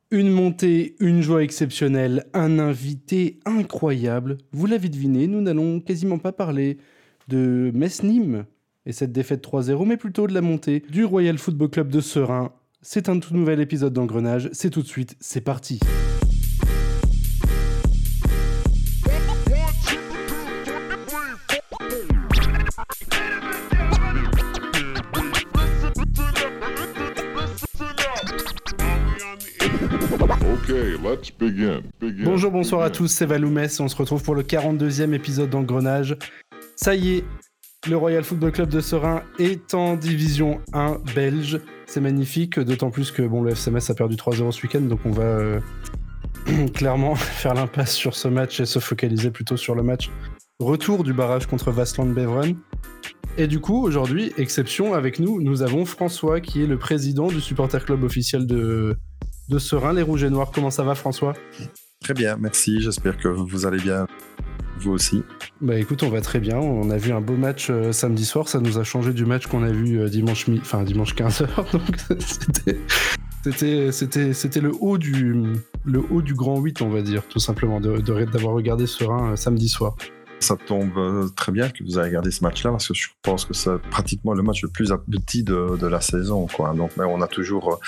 Une montée, une joie exceptionnelle, un invité incroyable. Vous l'avez deviné, nous n'allons quasiment pas parler de Metz-Nîmes et cette défaite 3-0, mais plutôt de la montée du Royal Football Club de Serein. C'est un tout nouvel épisode d'Engrenage, c'est tout de suite, c'est parti. Let's begin. Bonjour, bonsoir à tous, c'est Valou Metz. On se retrouve pour le 42e épisode d'Engrenage. Ça y est, le Royal Football Club de Serein est en division 1 belge. C'est magnifique, d'autant plus que le FC Metz a perdu 3-0 ce week-end, donc on va clairement faire l'impasse sur ce match et se focaliser plutôt sur le match retour du barrage contre Waasland-Beveren. Et du coup, aujourd'hui, exception avec nous, nous avons François qui est le président du supporter club officiel de Serein, les Rouges et Noirs. Comment ça va, François ? Très bien, merci. J'espère que vous allez bien, vous aussi. Bah écoute, on va très bien. On a vu un beau match samedi soir. Ça nous a changé du match qu'on a vu dimanche 15h. Donc c'était le haut du grand 8, on va dire, tout simplement, d'avoir regardé Serein samedi soir. Ça tombe très bien que vous ayez regardé ce match-là, parce que je pense que c'est pratiquement le match le plus abouti de la saison, quoi. Donc, on a toujours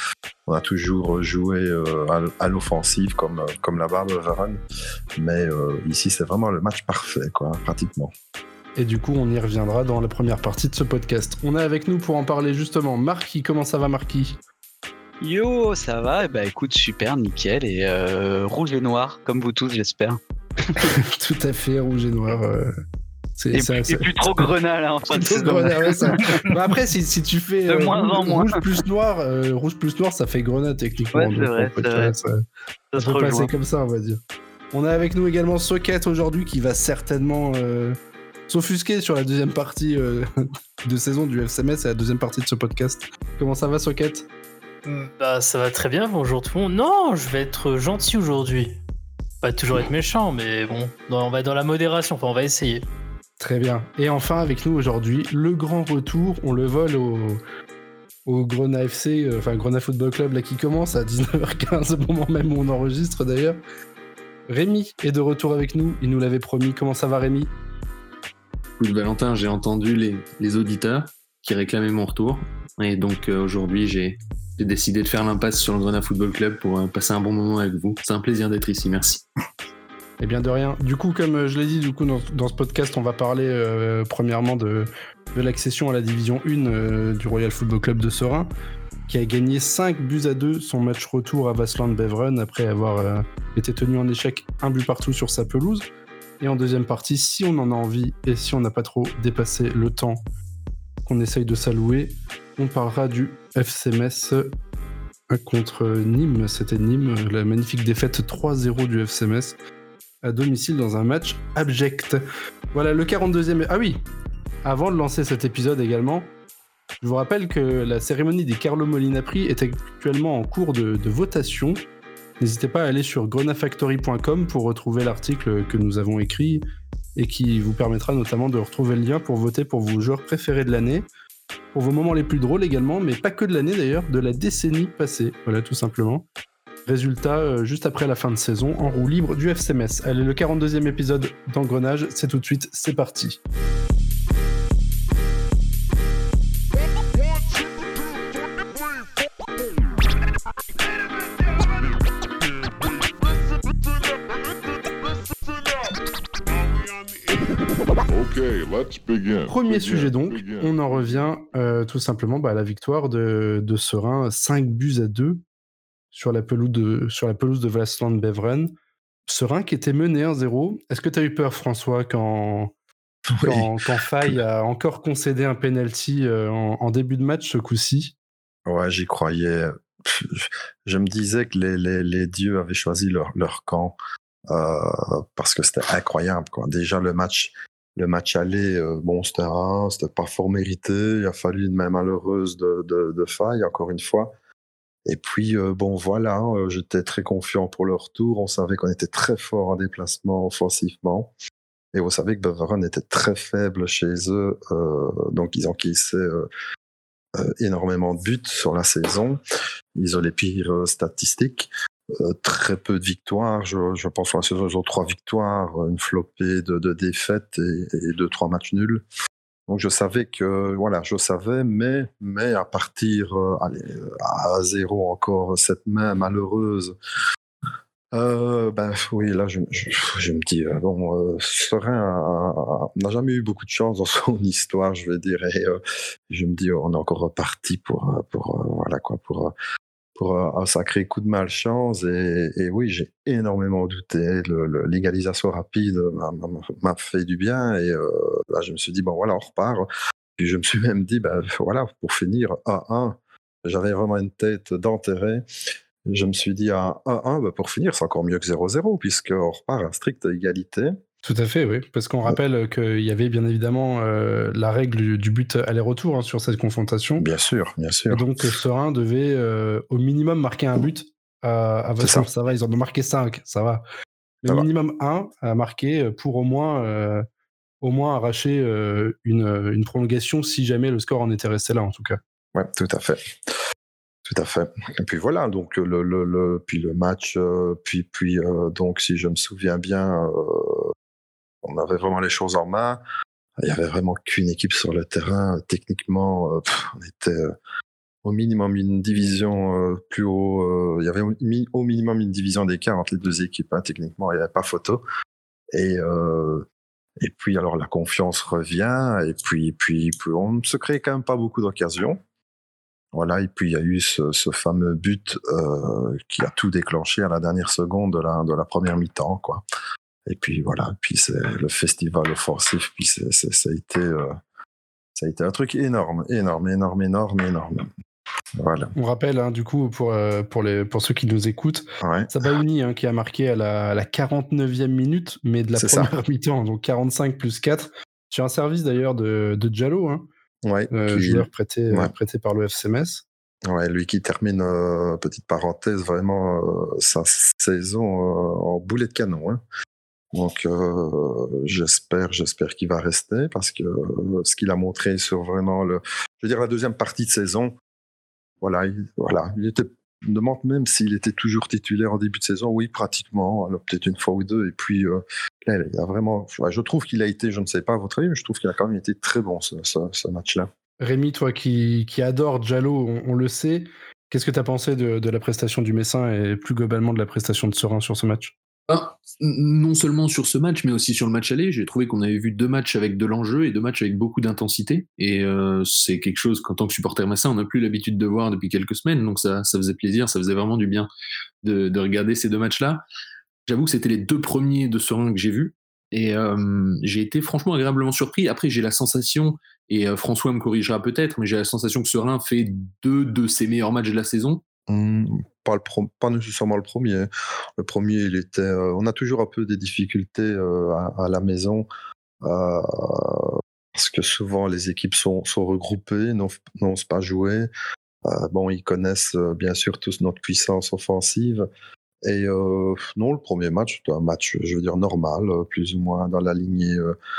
joué à l'offensive comme là-bas, Beveren. Mais ici, c'est vraiment le match parfait, quoi, pratiquement. Et du coup, on y reviendra dans la première partie de ce podcast. On a avec nous pour en parler justement Marquis. Comment ça va, Marquis ? Yo, ça va ? Bah écoute, super, nickel. Et rouge et noir, comme vous tous, j'espère. Tout à fait, rouge et noir. Et plus trop grenat là en fin de saison. Ouais, ça. Bah après, si tu fais de moins en moins. rouge plus noir, ça fait grenat techniquement. Ouais, c'est vrai. Ça peut passer comme ça, on va dire. On a avec nous également Socket aujourd'hui qui va certainement s'offusquer sur la deuxième partie de saison du FC Metz et la deuxième partie de ce podcast. Comment ça va, Socket ? Bah ça va très bien, bonjour tout le monde. Non, je vais être gentil aujourd'hui. Pas toujours être méchant, mais bon, on va être dans la modération, enfin on va essayer. Très bien. Et enfin avec nous aujourd'hui, le grand retour, on le vole au Grenat FC, Grenat Football Club là qui commence à 19h15 au moment même où on enregistre d'ailleurs. Rémi est de retour avec nous, il nous l'avait promis. Comment ça va, Rémi ? Écoute Valentin, j'ai entendu les auditeurs qui réclamaient mon retour, et donc aujourd'hui j'ai décidé de faire l'impasse sur le Grenat Football Club pour passer un bon moment avec vous. C'est un plaisir d'être ici, merci. Eh bien de rien. Du coup, comme je l'ai dit, dans ce podcast, on va parler premièrement de l'accession à la division 1 du Royal Football Club de Serein, qui a gagné 5-2 son match retour à Waasland-Beveren après avoir été tenu en échec 1 but partout sur sa pelouse. Et en deuxième partie, si on en a envie et si on n'a pas trop dépassé le temps qu'on essaye de s'allouer, on parlera du FC Metz contre Nîmes. C'était Nîmes, la magnifique défaite 3-0 du FC Metz à domicile dans un match abject. Voilà, le 42e... Ah oui, avant de lancer cet épisode également, je vous rappelle que la cérémonie des Carlo Molina Prix est actuellement en cours de votation. N'hésitez pas à aller sur grenafactory.com pour retrouver l'article que nous avons écrit et qui vous permettra notamment de retrouver le lien pour voter pour vos joueurs préférés de l'année, pour vos moments les plus drôles également, mais pas que de l'année d'ailleurs, de la décennie passée. Voilà, tout simplement. Résultat, juste après la fin de saison, en roue libre du FC Metz. Allez, le 42e épisode d'Engrenage, c'est tout de suite, c'est parti. Premier sujet donc, on en revient tout simplement à la victoire de Serein, 5-2 sur la pelouse de Waasland-Beveren. Serein qui était mené 1-0. Est-ce que tu as eu peur, François, quand Faye a encore concédé un penalty en début de match ce coup-ci ? Ouais, j'y croyais. Je me disais que les dieux avaient choisi leur camp parce que c'était incroyable, quoi. Déjà, le match aller, c'était pas fort mérité. Il a fallu une main malheureuse de Faye, encore une fois. Et puis, voilà, j'étais très confiant pour le retour. On savait qu'on était très fort en déplacement offensivement. Et vous savez que Beveren était très faible chez eux. Donc, ils encaissaient énormément de buts sur la saison. Ils ont les pires statistiques. très peu de victoires. Je pense que la saison, ils ont 3 victoires, une flopée de défaites et 2-3 matchs nuls. Donc je savais, mais à partir à 0 encore cette main malheureuse, oui, là je me dis Serein n'a jamais eu beaucoup de chance dans son histoire, je vais dire, et je me dis on est encore reparti pour un sacré coup de malchance, et oui, j'ai énormément douté. L'égalisation rapide m'a fait du bien, et là je me suis dit bon voilà, on repart. Puis je me suis même dit pour finir 1-1, j'avais vraiment une tête d'enterré. Je me suis dit à 1-1, pour finir c'est encore mieux que 0-0 puisqu'on repart à stricte égalité. Tout à fait, oui. Parce qu'on rappelle qu'il y avait bien évidemment la règle du but aller-retour sur cette confrontation. Bien sûr. Et donc Serein devait au minimum marquer un but à Vasselon. Ça va, ils en ont marqué 5, ça va. Mais minimum 1 à marquer pour au moins arracher une prolongation si jamais le score en était resté là, en tout cas. Ouais, tout à fait. Et puis voilà, donc puis le match, donc si je me souviens bien, on avait vraiment les choses en main. Il y avait vraiment qu'une équipe sur le terrain. Techniquement, on était au minimum une division plus haut. Il y avait au minimum une division d'écart entre les deux équipes. Techniquement, il n'y avait pas photo. Et puis alors la confiance revient. Et puis on ne se crée quand même pas beaucoup d'occasions. Voilà, et puis il y a eu ce fameux but qui a tout déclenché à la dernière seconde de la première mi-temps, quoi. Et puis voilà, puis c'est le festival offensif, puis ça a été un truc énorme. Voilà. On rappelle, du coup, pour ceux qui nous écoutent, Sabaouni qui a marqué à la 49e minute, mais de la première mi-temps, donc 45 plus 4, sur un service d'ailleurs de Diallo, joueur prêté par le FC Metz. Ouais, lui qui termine, petite parenthèse, vraiment sa saison en boulet de canon. Donc j'espère qu'il va rester, parce que ce qu'il a montré sur vraiment la deuxième partie de saison, il était, je me demande même s'il était toujours titulaire en début de saison. Oui, pratiquement, alors peut-être une fois ou deux. Et puis là, il a vraiment, je trouve qu'il a été, je ne sais pas à votre avis, mais je trouve qu'il a quand même été très bon ce match-là. Rémi, toi qui adore Diallo, on le sait, qu'est-ce que tu as pensé de la prestation du Messin et plus globalement de la prestation de Serein sur ce match ? Non seulement sur ce match, mais aussi sur le match aller. J'ai trouvé qu'on avait vu 2 matchs avec de l'enjeu et 2 matchs avec beaucoup d'intensité. Et c'est quelque chose qu'en tant que supporter messin, on n'a plus l'habitude de voir depuis quelques semaines. Donc ça faisait plaisir, ça faisait vraiment du bien de regarder ces 2 matchs-là. J'avoue que c'était les 2 premiers de Serein que j'ai vus. Et j'ai été franchement agréablement surpris. Après, j'ai la sensation, et François me corrigera peut-être, mais j'ai la sensation que Serein fait 2 de ses meilleurs matchs de la saison. Pas nécessairement le premier. Le premier, il était. On a toujours un peu des difficultés à la maison, parce que souvent les équipes sont regroupées, n'osent pas jouer. Ils connaissent bien sûr tous notre puissance offensive. Et non, le premier match, c'était un match, je veux dire, normal, plus ou moins dans la lignée.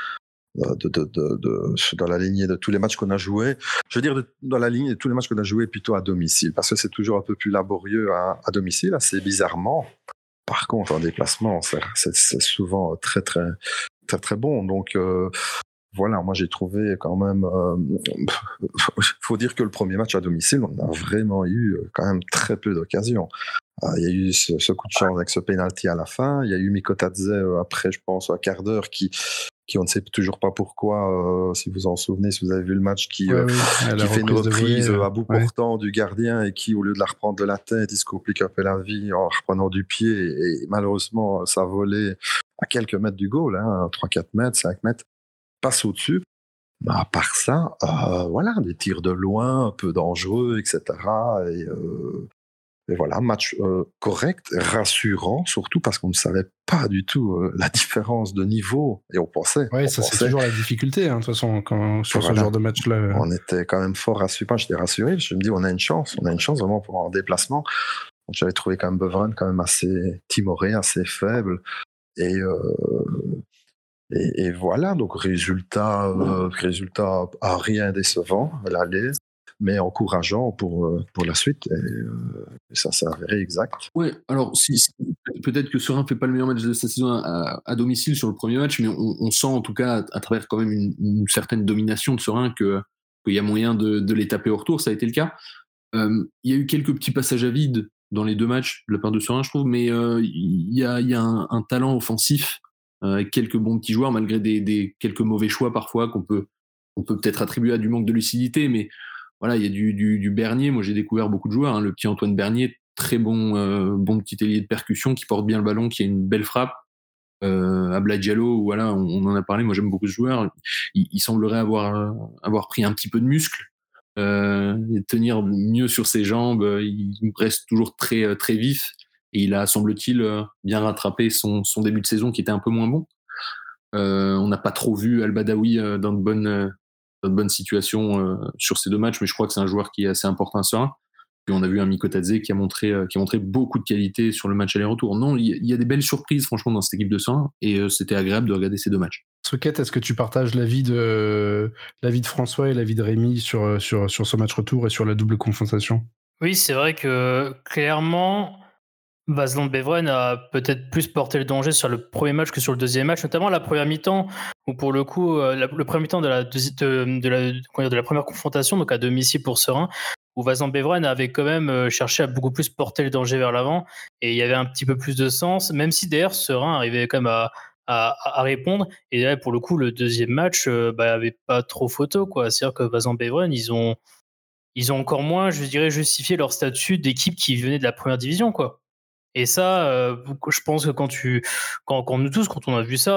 Dans la lignée de tous les matchs qu'on a joués. Je veux dire, dans la lignée de tous les matchs qu'on a joués plutôt à domicile, parce que c'est toujours un peu plus laborieux à domicile, assez bizarrement. Par contre, en déplacement, c'est souvent très, très, très, très bon. Donc, voilà, moi j'ai trouvé quand même. Faut dire que le premier match à domicile, on a vraiment eu quand même très peu d'occasions. Il y a eu ce coup de chance avec ce penalty à la fin. Il y a eu Mikotadze après, je pense, un quart d'heure qui on ne sait toujours pas pourquoi, si vous en souvenez, si vous avez vu le match, qui fait une reprise à bout portant du gardien, et qui, au lieu de la reprendre de la tête, il se complique un peu la vie en reprenant du pied, et malheureusement ça volait à quelques mètres du goal, 3-4 mètres, 5 mètres, passe au-dessus. À part ça, des tirs de loin, un peu dangereux, etc. Et voilà, match correct, rassurant, surtout parce qu'on ne savait pas du tout la différence de niveau, et on pensait. Oui, c'est toujours la difficulté, de toute façon, sur ce genre de match-là. On était quand même fort rassuré. J'étais rassuré, je me dis, on a une chance vraiment pour un déplacement. Donc, j'avais trouvé quand même Beveren quand même assez timoré, assez faible, et voilà, donc résultat à rien décevant à l'aller. mais encourageant pour la suite. Et ça s'est avéré exact. Ouais, alors peut-être que Serein fait pas le meilleur match de sa saison à domicile sur le premier match, mais on sent en tout cas à travers quand même une certaine domination de Serein qu'il y a moyen de les taper au retour. Ça a été le cas. Il y a eu quelques petits passages à vide dans les deux matchs de la part de Serein, je trouve, mais il y a un talent offensif avec quelques bons petits joueurs, malgré des quelques mauvais choix parfois qu'on peut peut-être attribuer à du manque de lucidité, mais voilà, il y a du Bernier. Moi, j'ai découvert beaucoup de joueurs. Le petit Antoine Bernier, très bon petit ailier de percussion qui porte bien le ballon, qui a une belle frappe. Abla Diallo, voilà, on en a parlé. Moi, j'aime beaucoup ce joueur. Il semblerait avoir pris un petit peu de muscle, et tenir mieux sur ses jambes. Il reste toujours très très vif. Et il a, semble-t-il, bien rattrapé son début de saison qui était un peu moins bon. On n'a pas trop vu Al-Badawi dans de bonnes situations sur ces deux matchs, mais je crois que c'est un joueur qui est assez important à Serein. Puis on a vu un Mikotadze qui a montré beaucoup de qualité sur le match aller-retour. Non, il y a des belles surprises franchement dans cette équipe de Serein, et c'était agréable de regarder ces deux matchs. Souquet, est-ce que tu partages l'avis de François et l'avis de Rémi sur ce match retour et sur la double confrontation? Oui, c'est vrai que clairement, Vaslon Beveren a peut-être plus porté le danger sur le premier match que sur le deuxième match, notamment la première mi-temps, où pour le coup, le premier mi-temps de la première confrontation, donc à domicile pour Serein, où Vaslon Beveren avait quand même cherché à beaucoup plus porter le danger vers l'avant, et il y avait un petit peu plus de sens, même si derrière Serein arrivait quand même à répondre. Et là, pour le coup, le deuxième match avait pas trop photo, quoi. C'est-à-dire que Vaslon Beveren, ils ont encore moins, je dirais, justifié leur statut d'équipe qui venait de la première division, quoi. Et ça, je pense que quand nous tous, quand on a vu ça,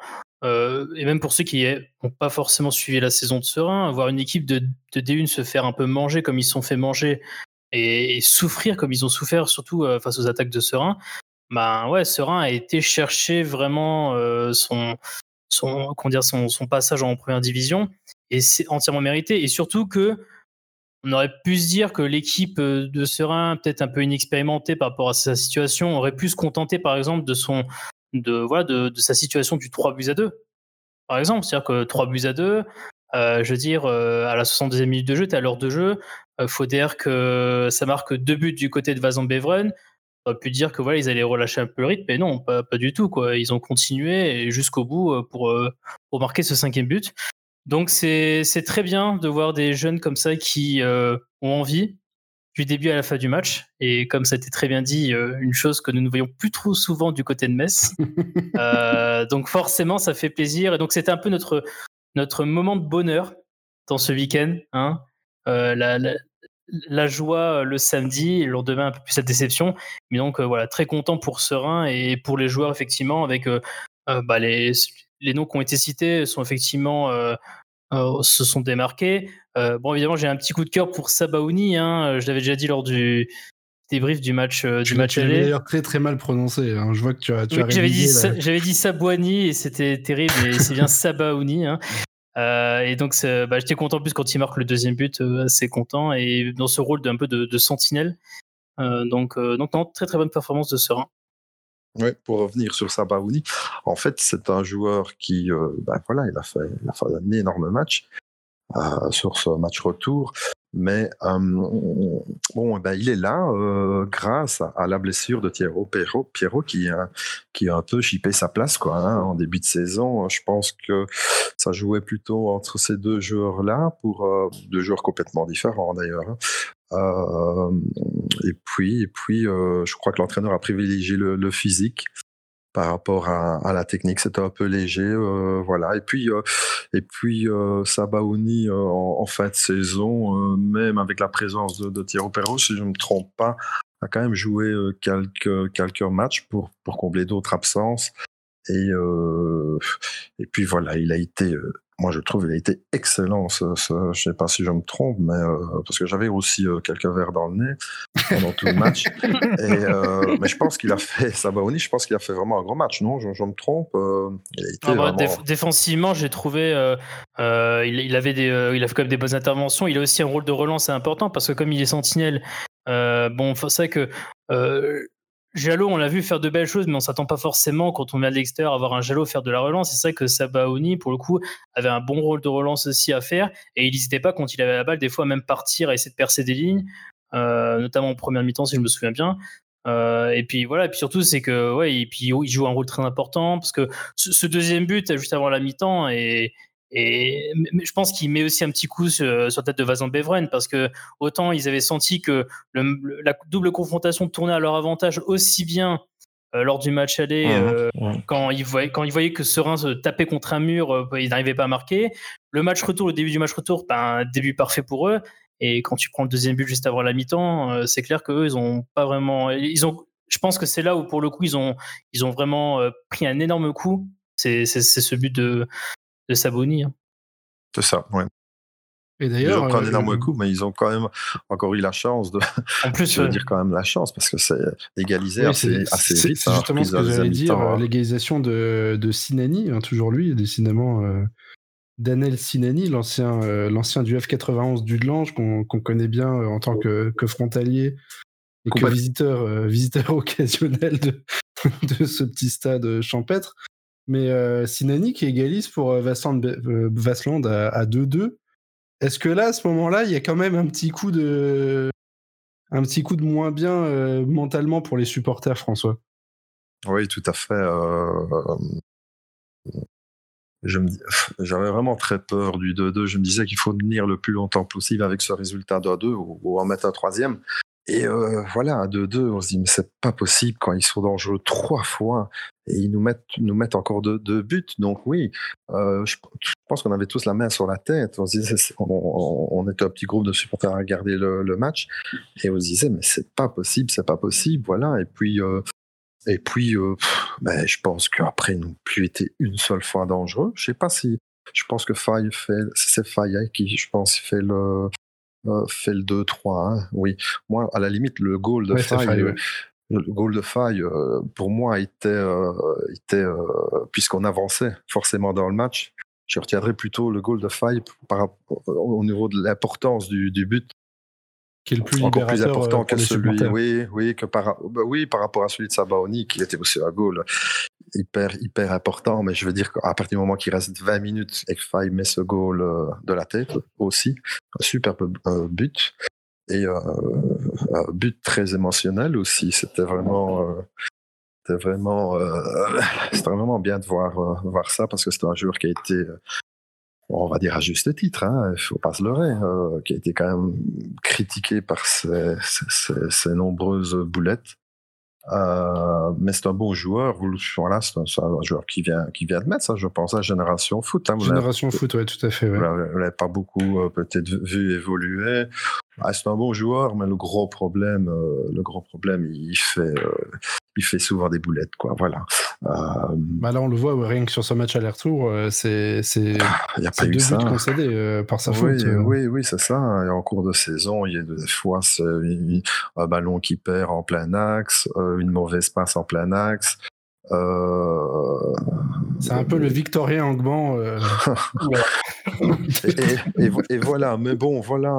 et même pour ceux qui n'ont pas forcément suivi la saison de Serein, voir une équipe de D1 se faire un peu manger comme ils se sont fait manger et souffrir comme ils ont souffert, surtout face aux attaques de Serein, Serein a été chercher vraiment son passage en première division, et c'est entièrement mérité. Et surtout que on aurait pu se dire que l'équipe de Serein, peut-être un peu inexpérimentée par rapport à sa situation, aurait pu se contenter par exemple de sa situation du 3-2, par exemple. C'est-à-dire que 3-2, à la 62e minute de jeu, tu es à l'heure de jeu, faut dire que ça marque 2 buts du côté de Vaslon Beveren. On aurait pu dire que ils allaient relâcher un peu le rythme, mais non, pas du tout, quoi. Ils ont continué jusqu'au bout pour marquer ce 5e but. Donc c'est très bien de voir des jeunes comme ça qui ont envie du début à la fin du match. Et comme ça a été très bien dit, une chose que nous ne voyons plus trop souvent du côté de Metz. Donc forcément, ça fait plaisir. Et donc c'était un peu notre moment de bonheur dans ce week-end, hein. La joie le samedi, et le lendemain un peu plus la déception. Mais donc très content pour Serein et pour les joueurs, effectivement, avec les noms qui ont été cités sont effectivement se sont démarqués. Évidemment, j'ai un petit coup de cœur pour Sabaouni, hein. Je l'avais déjà dit lors du débrief du match aller. Tu l'as d'ailleurs très très mal prononcé, hein. Je vois que tu as j'avais dit Sabouani et c'était terrible, mais c'est bien Sabaouni, hein. Et donc j'étais content en plus quand il marque le deuxième but, assez content, et dans ce rôle d'un peu de sentinelle. Donc non, très très bonne performance de Serein. Ouais, pour revenir sur Sabaouni, en fait, c'est un joueur qui, il a fait un énorme match sur ce match retour, mais il est là grâce à la blessure de Thiero Pierrot qui a un peu chippé sa place, quoi, hein, en début de saison. Je pense que ça jouait plutôt entre ces deux joueurs-là, pour deux joueurs complètement différents d'ailleurs, hein. Et puis, je crois que l'entraîneur a privilégié le physique par rapport à la technique. C'était un peu léger, voilà. Et puis Sabaouni en fin de saison, même avec la présence de Thiero Perrault, si je ne me trompe pas, a quand même joué quelques matchs pour combler d'autres absences. Et puis voilà, il a été moi je trouve qu'il a été excellent. Je ne sais pas si je me trompe, mais parce que j'avais aussi quelques verres dans le nez pendant tout le match. Mais je pense qu'il a fait, Sabaouni, je pense qu'il a fait vraiment un gros match, non? Je me trompe, il a été vraiment... Défensivement, j'ai trouvé il a fait quand même des bonnes interventions. Il a aussi un rôle de relance important, parce que comme il est sentinelle, c'est vrai que Jalot, on l'a vu faire de belles choses, mais on s'attend pas forcément, quand on met à l'extérieur, à voir un Jalot faire de la relance. C'est vrai que Sabaoni, pour le coup, avait un bon rôle de relance aussi à faire, et il n'hésitait pas, quand il avait la balle, des fois même partir à essayer de percer des lignes, notamment en première mi-temps, si je me souviens bien. Et puis voilà, et puis surtout, c'est que il joue un rôle très important, parce que ce deuxième but, juste avant la mi-temps, et je pense qu'il met aussi un petit coup sur la tête de Vincent Beveren, parce que autant ils avaient senti que la double confrontation tournait à leur avantage aussi bien lors du match aller, quand ils voyaient que Serein se tapait contre un mur, ils n'arrivaient pas à marquer. Le match retour, le début du match retour, un début parfait pour eux. Et quand tu prends le deuxième but juste avant la mi-temps, c'est clair qu'eux, ils ont pas vraiment. Je pense que c'est là où, pour le coup, ils ont vraiment pris un énorme coup. C'est ce but de Saboni. Hein. C'est ça, ouais. Et d'ailleurs, ils ont pris un énorme coup, mais ils ont quand même encore eu la chance de. En plus, je veux dire quand même la chance, parce que c'est égalisé assez vite. C'est justement ce que j'allais dire, l'égalisation de Sinani, toujours lui, décidément. Danel Sinani, l'ancien du F91 du Delange, qu'on connaît bien en tant que frontalier et que visiteur occasionnel de ce petit stade champêtre. Mais Sinani qui égalise pour Vassland à 2-2. Est-ce que là, à ce moment-là, il y a quand même un petit coup de moins bien mentalement pour les supporters, François? Oui, tout à fait. J'avais vraiment très peur du 2-2. Je me disais qu'il faut tenir le plus longtemps possible avec ce résultat 2-2 ou en mettre un troisième. Et voilà, à 2-2, on se dit, mais c'est pas possible quand ils sont dangereux 3 fois et ils nous mettent encore deux buts. Donc oui, je pense qu'on avait tous la main sur la tête. On se disait, on était un petit groupe de supporters à regarder le match et on se disait, mais c'est pas possible, voilà. Et puis, je pense qu'après, ils n'ont plus été une seule fois dangereux. Je sais pas si, je pense que c'est Faye qui, je pense, fait le 2-3, hein, oui. Moi, à la limite, le goal de Faye, le goal de Faye, pour moi, était puisqu'on avançait forcément dans le match, je retiendrai plutôt le goal de Faye au niveau de l'importance du but. Qui est le plus encore plus important que celui, par rapport à celui de Sabaoni, qui était aussi un goal hyper important, mais je veux dire qu'à partir du moment qu'il reste 20 minutes et que Faye met ce goal de la tête aussi, un superbe but, et un but très émotionnel aussi. C'était vraiment bien de voir ça, parce que c'est un joueur qui a été, on va dire à juste titre, hein, il faut pas se leurrer, qui a été quand même critiqué par ses nombreuses boulettes. Mais c'est un bon joueur. Voilà, c'est un joueur qui vient de mettre ça, je pense, à Génération Foot. Hein, Génération Foot, ouais, tout à fait. Ouais. Vous l'avez pas beaucoup peut-être vu évoluer. C'est un bon joueur, mais le gros problème, il fait souvent des boulettes, quoi. Voilà. Là, on le voit, rien que sur ce match aller-retour, c'est y a pas eu 2 ça. buts concédés par sa faute. Oui, c'est ça. Et en cours de saison, il y a des fois un ballon qui perd en plein axe, une mauvaise passe en plein axe. C'est un peu le Victorien Angban. et voilà, mais bon, voilà.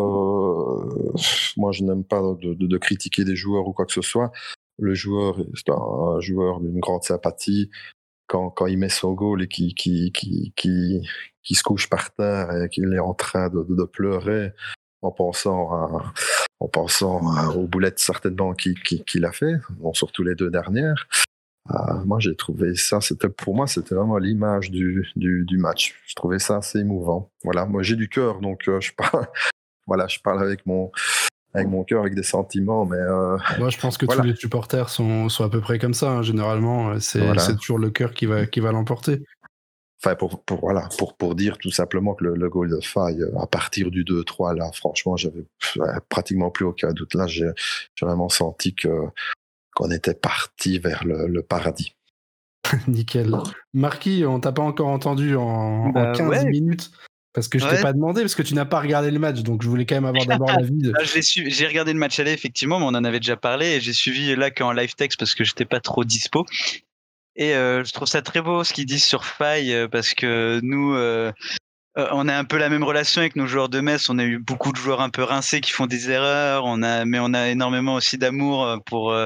Moi, je n'aime pas de critiquer des joueurs ou quoi que ce soit. Le joueur, c'est un joueur d'une grande sympathie. Quand il met son goal et qui se couche par terre et qu'il est en train de pleurer en pensant aux boulettes certainement qu'il a fait, bon, surtout les 2 dernières. Moi, j'ai trouvé ça, pour moi, c'était vraiment l'image du match. Je trouvais ça assez émouvant. Voilà, moi, j'ai du cœur, donc je parle avec mon cœur, avec des sentiments, mais... Moi, je pense que tous les supporters sont à peu près comme ça, hein. Généralement, c'est toujours le cœur qui va l'emporter. Enfin, pour dire tout simplement que le goal de Faye, à partir du 2-3, là, franchement, j'avais pratiquement plus aucun doute. Là, j'ai vraiment senti qu'on était parti vers le paradis. Nickel. Marquis, on t'a pas encore entendu en 15 minutes. Parce que je t'ai pas demandé, parce que tu n'as pas regardé le match, donc je voulais quand même avoir d'abord l'avis. J'ai regardé le match aller, effectivement, mais on en avait déjà parlé, et j'ai suivi là qu'en live text parce que j'étais pas trop dispo. Et je trouve ça très beau ce qu'ils disent sur Faye, parce que nous, on a un peu la même relation avec nos joueurs de Metz. On a eu beaucoup de joueurs un peu rincés qui font des erreurs, mais on a énormément aussi d'amour pour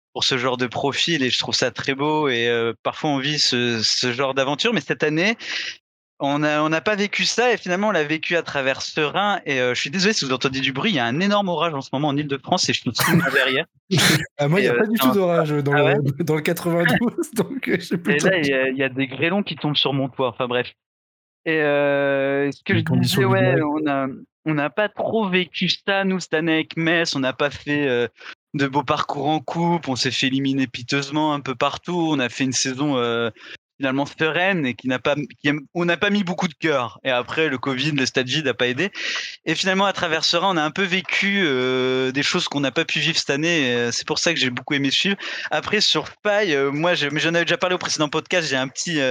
pour ce genre de profil et je trouve ça très beau et parfois on vit ce genre d'aventure, mais cette année on n'a pas vécu ça et finalement on l'a vécu à travers Serein et je suis désolé si vous entendez du bruit, il y a un énorme orage en ce moment en Île-de-France et je suis tout derrière. Moi, il n'y a pas du tout d'orage dans, Ah ouais dans le 92, donc je sais plus. Et là, il y a des grêlons qui tombent sur mon toit. Enfin bref. Et ce que Les je conditions disais, du ouais, direct. on n'a pas trop vécu ça nous cette année avec Metz. On n'a pas fait de beaux parcours en coupe. On s'est fait éliminer piteusement un peu partout. On a fait une saison finalement sereine et on n'a pas mis beaucoup de cœur. Et après, le Covid, le stade vide n'a pas aidé. Et finalement, à travers Serein, on a un peu vécu des choses qu'on n'a pas pu vivre cette année. Et, c'est pour ça que j'ai beaucoup aimé suivre. Après, sur Paille, moi, mais j'en avais déjà parlé au précédent podcast. J'ai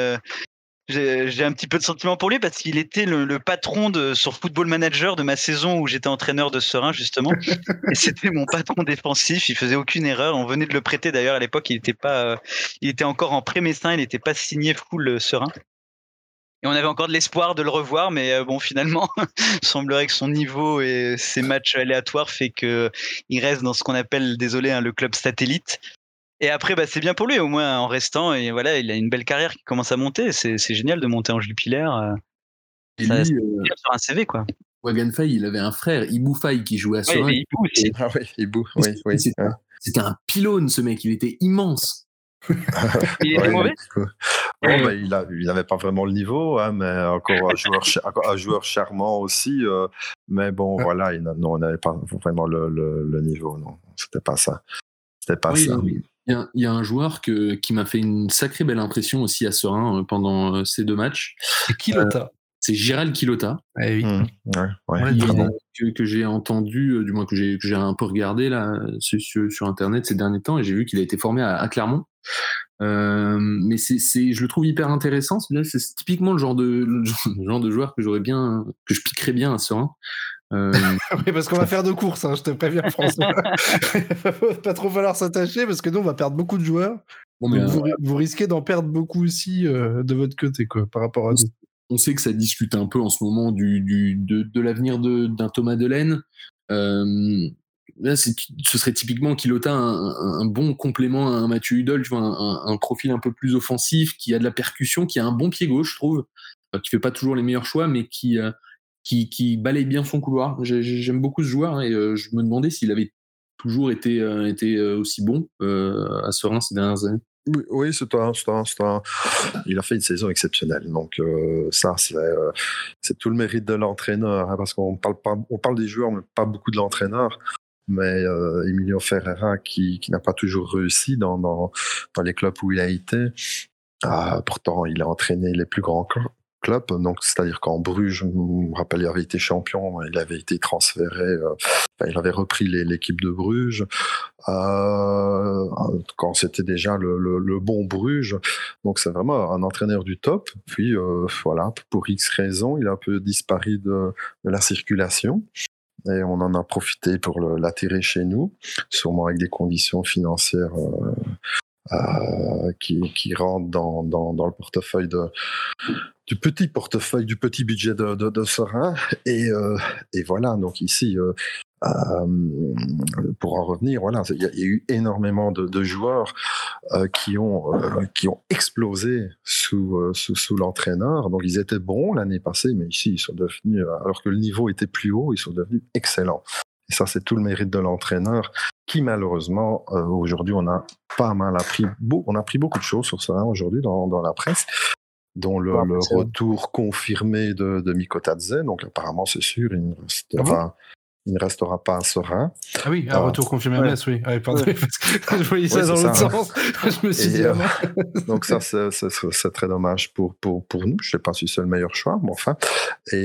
un petit peu de sentiment pour lui parce qu'il était le patron sur Football Manager de ma saison où j'étais entraîneur de Serein justement et c'était mon patron défensif, il faisait aucune erreur, on venait de le prêter d'ailleurs à l'époque, il était encore en pré-messin, il n'était pas signé full Serein. Et on avait encore de l'espoir de le revoir, mais bon, finalement, il semblerait que son niveau et ses matchs aléatoires fait que il reste dans ce qu'on appelle, désolé, le club satellite. Et après, c'est bien pour lui, au moins en restant. Et voilà, il a une belle carrière qui commence à monter. C'est génial de monter en Jupiler. Et Ça lui, sur un CV, quoi. Wagan Faye, il avait un frère, Ibou Faye, qui jouait à Ouais, Serein. il Ibou aussi. Ah oui, Ibou, oui. C'était un pylône, ce mec, il était immense. Il était mauvais. Bon, il n'avait pas vraiment le niveau, hein, mais encore un joueur charmant aussi. Mais bon, voilà, on n'avait pas vraiment le niveau. Non, c'était pas ça. C'était pas ça. Il y a un joueur qui m'a fait une sacrée belle impression aussi à Serein pendant ces 2 matchs. C'est Quilota. C'est Gérald Quilota. Eh oui. Que j'ai entendu, du moins que j'ai un peu regardé là sur Internet ces derniers temps, et j'ai vu qu'il a été formé à Clermont. Mais je le trouve hyper intéressant. C'est typiquement le genre de joueur que je piquerais bien à Serein. Oui, parce qu'on va faire 2 courses, hein, je te préviens, François. Il va pas trop falloir s'attacher parce que nous, on va perdre beaucoup de joueurs. Bon, mais donc vous risquez d'en perdre beaucoup aussi de votre côté, quoi, par rapport à nous. On sait que ça discute un peu en ce moment de l'avenir d'un Thomas Delaine. Là, ce serait typiquement Quilota un bon complément à un Mathieu Hudol, tu vois, un profil un peu plus offensif, qui a de la percussion, qui a un bon pied gauche, je trouve, qui fait pas toujours les meilleurs choix, mais qui balaye bien son couloir. J'aime beaucoup ce joueur et je me demandais s'il avait toujours été aussi bon à Serein ces dernières années. Oui, il a fait une saison exceptionnelle. Donc ça, c'est tout le mérite de l'entraîneur, hein, parce qu'on parle des joueurs, mais pas beaucoup de l'entraîneur. Mais Emilio Ferreira, qui n'a pas toujours réussi dans les clubs où il a été, pourtant il a entraîné les plus grands club, donc c'est-à-dire qu'en Bruges, je me rappelle, il avait été champion, il avait été transféré, il avait repris l'équipe de Bruges quand c'était déjà le bon Bruges, donc c'est vraiment un entraîneur du top. Puis voilà, pour X raisons, il a un peu disparu de la circulation. Et on en a profité pour l'attirer chez nous, sûrement avec des conditions financières qui rentrent dans le portefeuille du petit budget de Serein. Et voilà, donc ici, pour en revenir, voilà, il y a eu énormément de joueurs qui ont explosé sous l'entraîneur. Donc ils étaient bons l'année passée, mais ici ils sont devenus, alors que le niveau était plus haut, ils sont devenus excellents. Et ça, c'est tout le mérite de l'entraîneur, qui malheureusement, aujourd'hui, on a appris beaucoup de choses sur Serein aujourd'hui dans la presse, dont le retour confirmé de Mikko Tadze. Donc apparemment, c'est sûr, il ne restera pas à Serein. Ah oui, un retour confirmé à Metz, oui. Ah, pardon, je voyais ça dans l'autre sens. Je me suis dit... donc ça, c'est très dommage pour nous. Je ne sais pas si c'est le meilleur choix, mais enfin. Et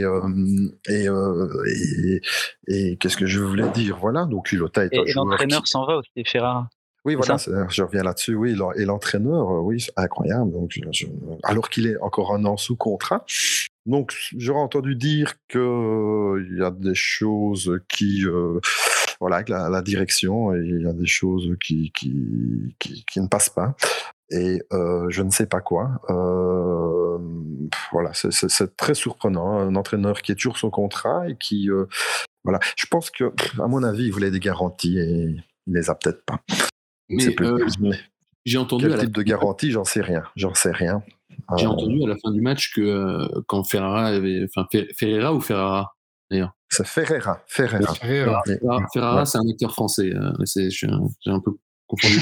qu'est-ce que je voulais dire? Voilà, donc Quilota est un joueur... l'entraîneur s'en va aussi, Ferrara. Oui, voilà, je reviens là-dessus. Oui, et l'entraîneur, oui, c'est incroyable. Donc, alors qu'il est encore un an sous contrat. Donc, j'aurais entendu dire qu'il y a des choses qui, voilà, avec la direction, et il y a des choses qui ne passent pas. Et je ne sais pas quoi. Voilà, c'est très surprenant. Un entraîneur qui est toujours son contrat et qui, voilà. Je pense que, à mon avis, il voulait des garanties et il les a peut-être pas. C'est plus. Mais j'ai entendu quel type de garantie, j'en sais rien. J'ai entendu à la fin du match que quand Ferreira Ferreira ou Ferrara d'ailleurs. C'est Ferreira. Ferreira. Ferrara, c'est un acteur français. J'ai un peu confondu.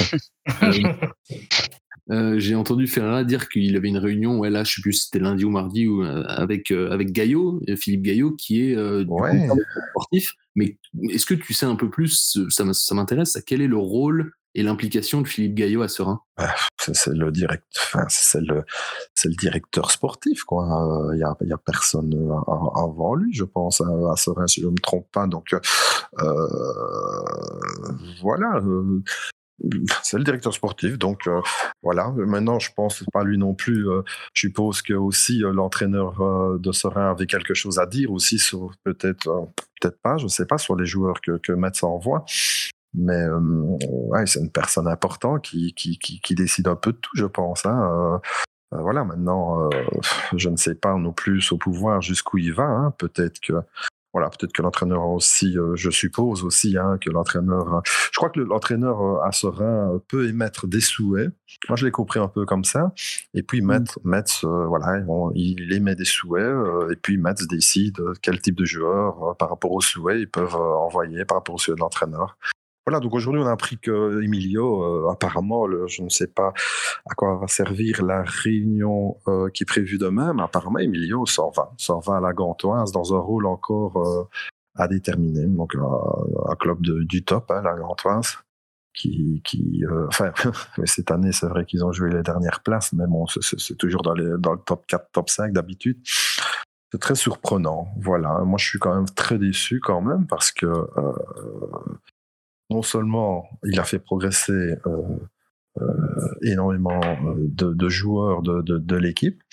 J'ai entendu Ferreira dire qu'il avait une réunion, là, je sais plus si c'était lundi ou mardi, avec Gaillot, Philippe Gaillot, qui est sportif. Mais est-ce que tu sais un peu plus, ça m'intéresse, quel est le rôle et l'implication de Philippe Gaillot à Serein? C'est le directeur sportif, quoi. Il y a personne avant lui, je pense, à Serein, si je ne me trompe pas. Donc voilà. C'est le directeur sportif, donc voilà. Maintenant, je pense pas lui non plus. Je suppose que aussi l'entraîneur de Serein avait quelque chose à dire aussi sur peut-être pas, je sais pas, sur les joueurs que Metz envoie. Mais ouais, c'est une personne importante qui décide un peu de tout, je pense. Voilà. Maintenant, je ne sais pas non plus au pouvoir jusqu'où il va. Peut-être que l'entraîneur aussi, je suppose aussi que l'entraîneur. Je crois que l'entraîneur à Serein peut émettre des souhaits. Moi, je l'ai compris un peu comme ça. Et puis Metz, il émet des souhaits. Et puis Metz décide quel type de joueur, par rapport aux souhaits, ils peuvent envoyer par rapport aux souhaits de l'entraîneur. Voilà, donc aujourd'hui, on a appris que Emilio, apparemment, je ne sais pas à quoi va servir la réunion qui est prévue demain, mais apparemment, Emilio s'en va à la Gantoise dans un rôle encore à déterminer. Donc, un club du top, la Gantoise, cette année, c'est vrai qu'ils ont joué les dernières places, mais bon, c'est toujours dans le top 4, top 5 d'habitude. C'est très surprenant, voilà. Moi, je suis quand même très déçu quand même, parce que non seulement il a fait progresser énormément de joueurs de l'équipe,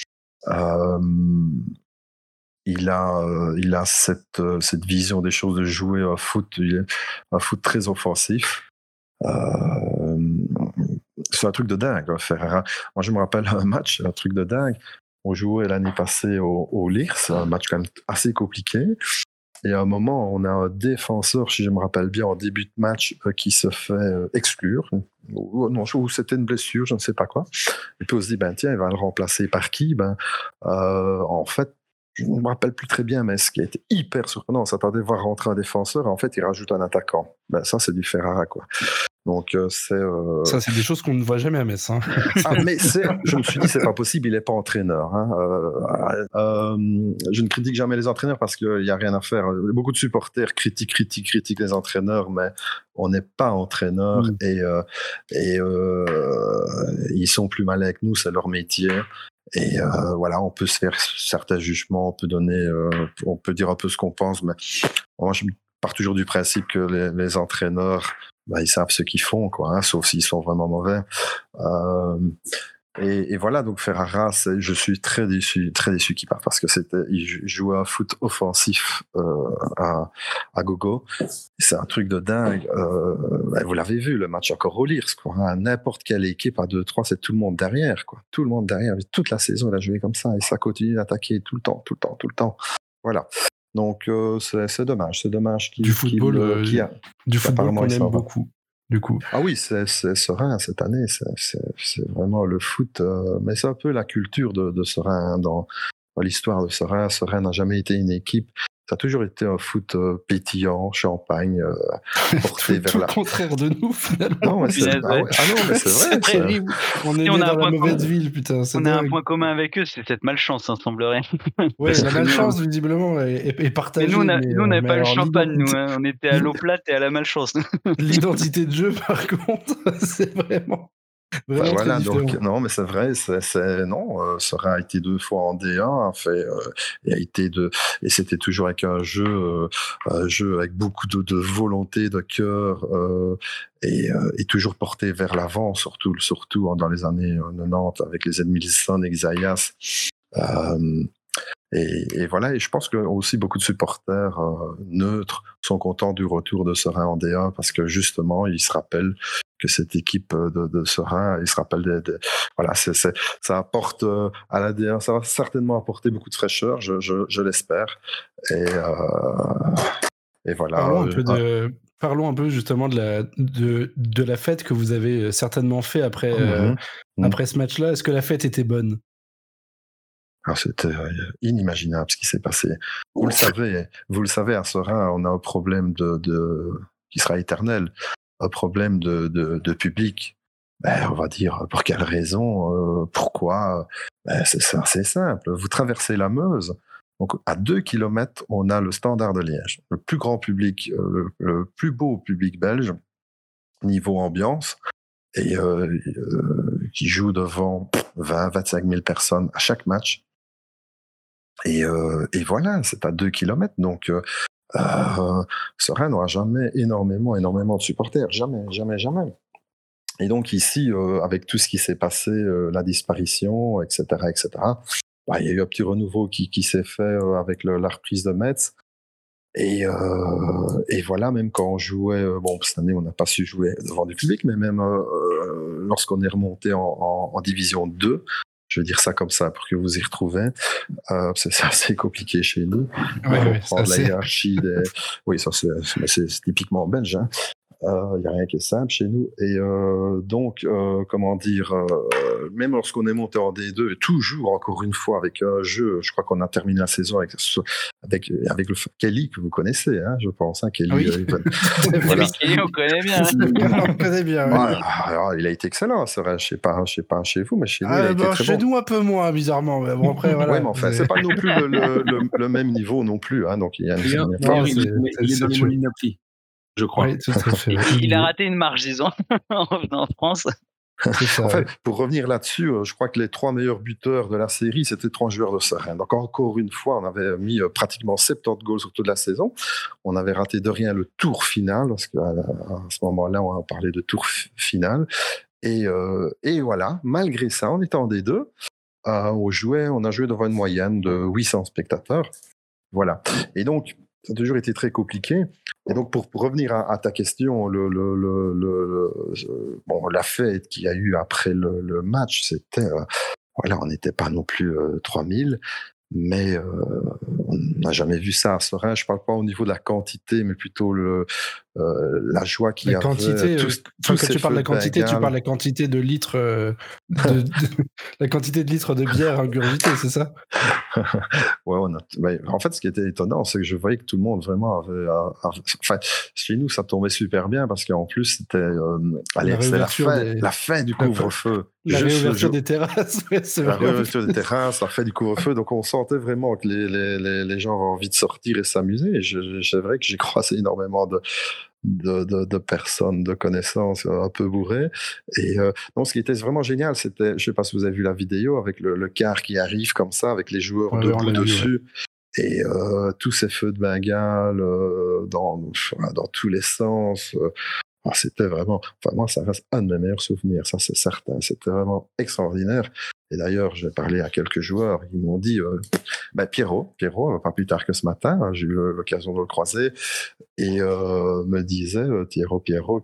il a cette vision des choses de jouer un foot très offensif. C'est un truc de dingue, Ferreira. Moi, je me rappelle un match, un truc de dingue. On jouait l'année passée au Lierse, un match quand même assez compliqué. Et à un moment, on a un défenseur, si je me rappelle bien, en début de match, qui se fait exclure. Ou c'était une blessure, je ne sais pas quoi. Et puis on se dit, tiens, il va le remplacer par qui ? En fait, je ne me rappelle plus très bien, mais ce qui a été hyper surprenant, on s'attendait à voir rentrer un défenseur, et en fait, il rajoute un attaquant. Ça, c'est du Ferrara, quoi. Donc, ça, c'est des choses qu'on ne voit jamais à Metz. Mais je me suis dit, c'est pas possible, il n'est pas entraîneur. Je ne critique jamais les entraîneurs parce qu'il n'y a rien à faire. Beaucoup de supporters critiquent les entraîneurs, mais on n'est pas entraîneur et ils sont plus malins que nous, c'est leur métier. Et voilà, on peut se faire certains jugements, on peut dire un peu ce qu'on pense, mais moi, je pars toujours du principe que les entraîneurs, ils savent ce qu'ils font, quoi, sauf s'ils sont vraiment mauvais. Et voilà, donc Ferrara, je suis très déçu qu'il parte parce que il jouait un foot offensif à gogo. C'est un truc de dingue. Vous l'avez vu, le match encore au Lierse, quoi. N'importe quelle équipe à 2-3, c'est tout le monde derrière, quoi. Tout le monde derrière. Toute la saison, il a joué comme ça et ça continue d'attaquer tout le temps. Voilà. Donc c'est dommage. C'est dommage du football qu'on aime beaucoup. Du coup. Ah oui, c'est Serein cette année, c'est vraiment le foot, mais c'est un peu la culture de Serein dans l'histoire de Serein. Serein n'a jamais été une équipe. Ça a toujours été un foot pétillant, champagne, porté vers le contraire de nous, finalement. Non, mais c'est vrai. C'est terrible. On est dans la mauvaise ville, putain. On a un point commun avec eux, c'est cette malchance, semblerait. Ouais, la malchance, visiblement, est partagée. Mais nous, on n'avait pas le champagne, nous. On était à l'eau plate et à la malchance. L'identité de jeu, par contre, c'est vraiment... Voilà, donc non, mais c'est vrai, Serein a été 2 fois en D1, et c'était toujours avec un jeu avec beaucoup de volonté, de cœur, et toujours porté vers l'avant, surtout dans les années 90 avec les Edmilson et Xayas. Et voilà, et je pense que aussi beaucoup de supporters neutres sont contents du retour de Serein en D1 parce que justement, ils se rappellent que cette équipe de Serein, ils se rappellent voilà, ça apporte à la D1, ça va certainement apporter beaucoup de fraîcheur, je l'espère. Et voilà. parlons un peu justement de la fête que vous avez certainement fait après ce match-là. Est-ce que la fête était bonne? Alors, c'était inimaginable ce qui s'est passé. Vous le savez, à Serein, on a un problème qui sera éternel, un problème de public. On va dire, pour quelle raison, pourquoi? C'est assez simple. Vous traversez la Meuse, donc à 2 km, on a le Standard de Liège, le plus grand public, le plus beau public belge, niveau ambiance, et qui joue devant 20-25 000 personnes à chaque match. Et voilà, c'est à 2 km, donc Serein n'aura jamais énormément de supporters, jamais. Et donc ici, avec tout ce qui s'est passé, la disparition, etc., il y a eu un petit renouveau qui s'est fait avec la reprise de Metz. Et voilà, même quand on jouait, cette année on n'a pas su jouer devant du public, mais même lorsqu'on est remonté en Division 2, je vais dire ça comme ça pour que vous y retrouvez, c'est assez compliqué chez nous. Prendre la hiérarchie des... Oui, ça c'est typiquement belge, hein. Il n'y a rien qui est simple chez nous. Et donc, comment dire, même lorsqu'on est monté en D2, toujours encore une fois avec un jeu, je crois qu'on a terminé la saison avec le Kelly que vous connaissez, hein, je pense. Hein, Kelly, oui. Voilà. Kelly, on connaît bien. On connaît bien. Oui. Alors, il a été excellent, je sais pas chez vous, mais chez nous, il a été très chez bon. nous, un peu moins, bizarrement. Mais bon, après, voilà. Oui, mais enfin, c'est pas non plus le même niveau non plus. Hein, donc, il y a il est dans les Molinapoli. Je crois. Oui, tout à fait. Il a raté une marche, disons, en revenant en France. Ça, en fait, pour revenir là-dessus, je crois que les 3 meilleurs buteurs de la série, c'était 3 joueurs de Serein. Donc encore une fois, on avait mis pratiquement 70 goals sur toute la saison. On avait raté de rien le tour final, parce qu'à ce moment-là, on a parlé de tour final. Et voilà, malgré ça, on était en D2. On a joué devant une moyenne de 800 spectateurs. Voilà. Et donc, ça a toujours été très compliqué. Et donc, pour revenir à ta question, la fête qu'il y a eu après le match, c'était, on n'était pas non plus 3000, mais on n'a jamais vu ça à Serein. Je ne parle pas au niveau de la quantité, mais plutôt la joie qu'il y avait. Quand tu parles de la quantité, tu parles de la quantité de litres, la quantité de litres de bière ingurgitée, c'est ça? Ouais, en fait, ce qui était étonnant, c'est que je voyais que tout le monde vraiment avait. Enfin, chez nous, ça tombait super bien parce qu'en plus, c'était la fin du couvre-feu. La réouverture des terrasses. La réouverture des terrasses, la fin du couvre-feu. Donc, on sentait vraiment que les gens avaient envie de sortir et s'amuser. Et c'est vrai que j'ai croisé énormément de personnes, de connaissances un peu bourrées. Et donc, ce qui était vraiment génial, c'était, je ne sais pas si vous avez vu la vidéo, avec le car qui arrive comme ça, avec les joueurs debout dessus. Ouais. Et tous ces feux de Bengale dans tous les sens. C'était vraiment, moi, ça reste un de mes meilleurs souvenirs, ça c'est certain. C'était vraiment extraordinaire. Et d'ailleurs, j'ai parlé à quelques joueurs, ils m'ont dit, Pierrot, pas plus tard que ce matin, j'ai eu l'occasion de le croiser, et me disait, Pierrot,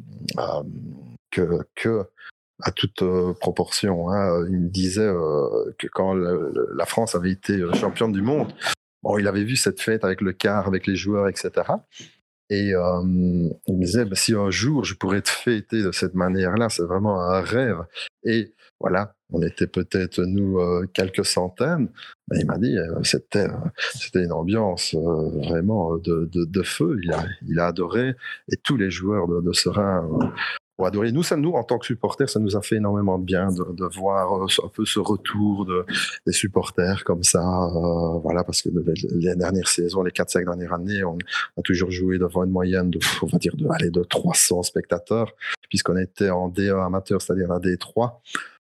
que à toute proportion, hein, il me disait que quand la France avait été championne du monde, il avait vu cette fête avec le car, avec les joueurs, etc. Et il me disait, si un jour je pourrais te fêter de cette manière-là, c'est vraiment un rêve. Et voilà, on était peut-être, nous, quelques centaines, mais il m'a dit, c'était une ambiance vraiment de feu. Il a adoré, et tous les joueurs de Serein ont adoré. Nous, en tant que supporters, ça nous a fait énormément de bien de voir un peu ce retour des supporters comme ça. Voilà, parce que les dernières saisons, les 4-5 dernières années, on a toujours joué devant une moyenne de 300 spectateurs, puisqu'on était en D1 amateur, c'est-à-dire la D3.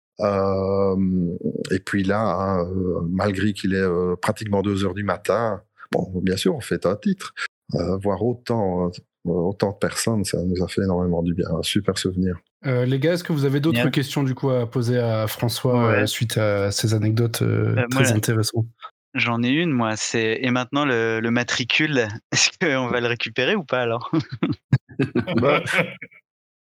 Et puis là, malgré qu'il est pratiquement 2h du matin, bien sûr, on fait un titre. Voir autant de personnes, ça nous a fait énormément du bien. Un super souvenir. Les gars, est-ce que vous avez d'autres questions du coup à poser à François suite à ces anecdotes très intéressantes? J'en ai une, moi. Et maintenant, le matricule, est-ce qu'on va le récupérer ou pas alors?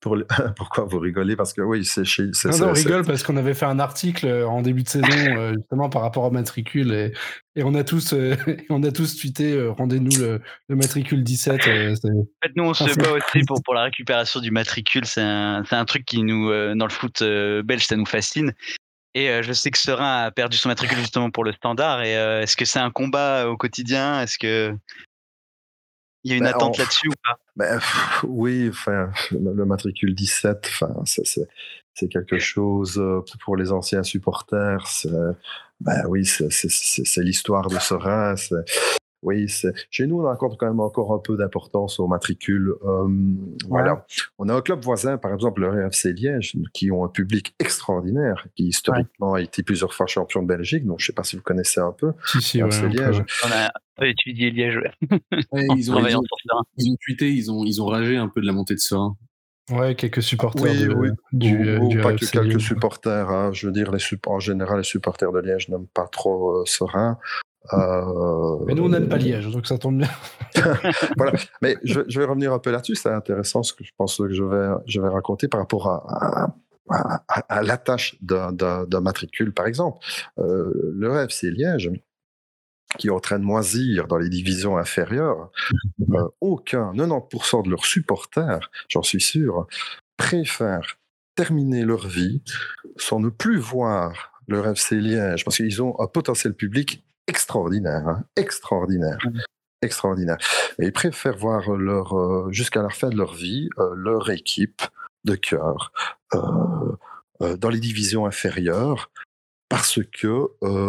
Pourquoi vous rigolez? Parce que oui, c'est chez. Non, on rigole parce qu'on avait fait un article en début de saison justement par rapport au matricule et on a tous tweeté rendez-nous le matricule 17. En fait, nous on se bat aussi pour la récupération du matricule. C'est un truc qui nous dans le foot belge ça nous fascine. Et je sais que Serein a perdu son matricule justement pour le Standard. Et est-ce que c'est un combat au quotidien? Est-ce que il y a une attente là-dessus ou pas? Oui, enfin, le matricule 17, enfin, c'est quelque chose pour les anciens supporters. Oui, c'est l'histoire de Serein. Oui, chez nous, on accorde quand même encore un peu d'importance au matricule. Voilà. On a un club voisin, par exemple, le RFC Liège, qui ont un public extraordinaire, qui historiquement a été plusieurs fois champion de Belgique. Donc, je ne sais pas si vous connaissez un peu. Si, RFC Liège. On a étudié Liège. Ils ont tweeté, ils ont ragé un peu de la montée de Serein. Ouais, quelques supporters du pas que RFC quelques Liège. supporters. Hein. Je veux dire, en général, les supporters de Liège n'aiment pas trop Serein. Mais nous, on n'aime pas Liège, donc ça tombe bien. Voilà. Mais je vais revenir un peu là-dessus. C'est intéressant ce que je pense que je vais raconter par rapport à l'attache d'un matricule, par exemple. Le RFC Liège, qui est en train de moisir dans les divisions inférieures, 90% de leurs supporters, j'en suis sûr, préfèrent terminer leur vie sans ne plus voir le RFC Liège, parce qu'ils ont un potentiel public extraordinaire, hein, extraordinaire. Et ils préfèrent voir jusqu'à la fin de leur vie leur équipe de cœur dans les divisions inférieures parce que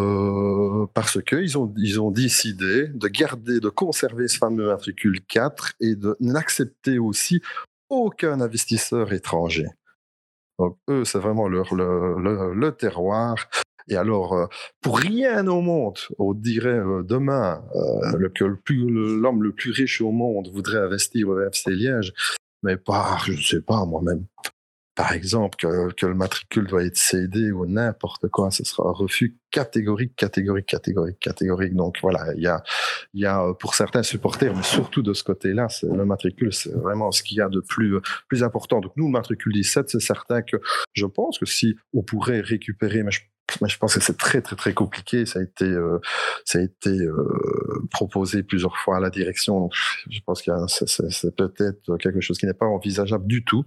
ils ont décidé de conserver ce fameux matricule 4 et de n'accepter aussi aucun investisseur étranger. Donc eux, c'est vraiment le terroir. Et alors, pour rien au monde, on dirait demain que l'homme le plus riche au monde voudrait investir au FC Liège, mais pas, je ne sais pas, moi-même. Par exemple, que le matricule doit être cédé ou n'importe quoi, ce sera un refus catégorique. Donc voilà, il y a pour certains supporters, mais surtout de ce côté-là, le matricule, c'est vraiment ce qu'il y a de plus important. Donc nous, le matricule 17, c'est certain que je pense que si on pourrait récupérer, mais je pense que c'est très très très compliqué. Ça a été proposé plusieurs fois à la direction. Donc, je pense que c'est peut-être quelque chose qui n'est pas envisageable du tout.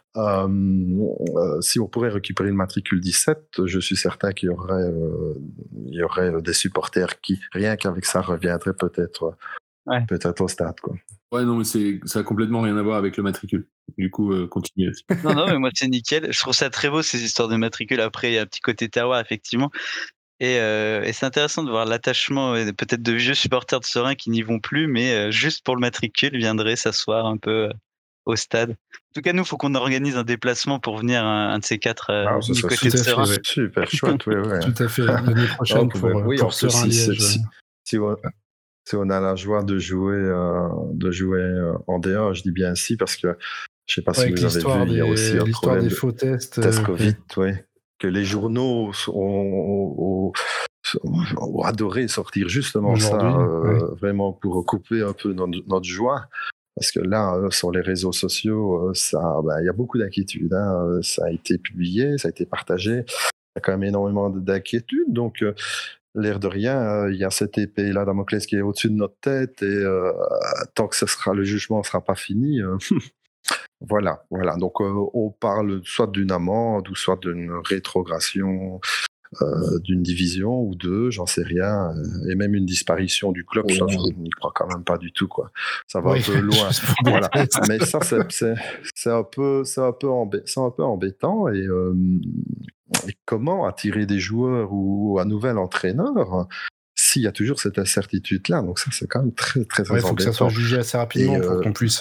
Si on pourrait récupérer le matricule 17, je suis certain qu'il y aurait des supporters qui, rien qu'avec ça, reviendraient peut-être au stade, quoi. Ouais, non, mais ça a complètement rien à voir avec le matricule. Du coup, continuez. Non, mais moi, c'est nickel. Je trouve ça très beau, ces histoires de matricule. Après, il y a un petit côté terroir, effectivement. Et c'est intéressant de voir l'attachement peut-être de vieux supporters de Serein qui n'y vont plus, mais juste pour le matricule, viendraient s'asseoir un peu au stade. En tout cas, nous, il faut qu'on organise un déplacement pour venir un de ces quatre du côté de Serein. C'est super chouette, oui. Tout à fait, l'année prochaine pour Serein-Liège. Si on a la joie de jouer en D1, je dis bien si, parce que je ne sais pas si vous avez vu, il y a aussi un problème des faux tests. Test Covid, oui. Que les journaux ont adoré sortir justement ça, vraiment pour couper un peu notre joie. Parce que là, sur les réseaux sociaux, il y a beaucoup d'inquiétudes. Hein. Ça a été publié, ça a été partagé. Il y a quand même énormément d'inquiétudes. Donc, l'air de rien, il y a cette épée-là, Damoclès, qui est au-dessus de notre tête. Et tant que le jugement ne sera pas fini... Voilà. Donc, on parle soit d'une amende ou soit d'une rétrogradation d'une division ou deux, j'en sais rien, et même une disparition du club, ça, je n'y crois quand même pas du tout, quoi. Ça va un peu loin. Voilà. Mais ça, c'est un peu embêtant. Et comment attirer des joueurs ou un nouvel entraîneur s'il y a toujours cette incertitude-là? Donc ça, c'est quand même très, très, très embêtant. Il faut que ça soit jugé assez rapidement pour qu'on puisse...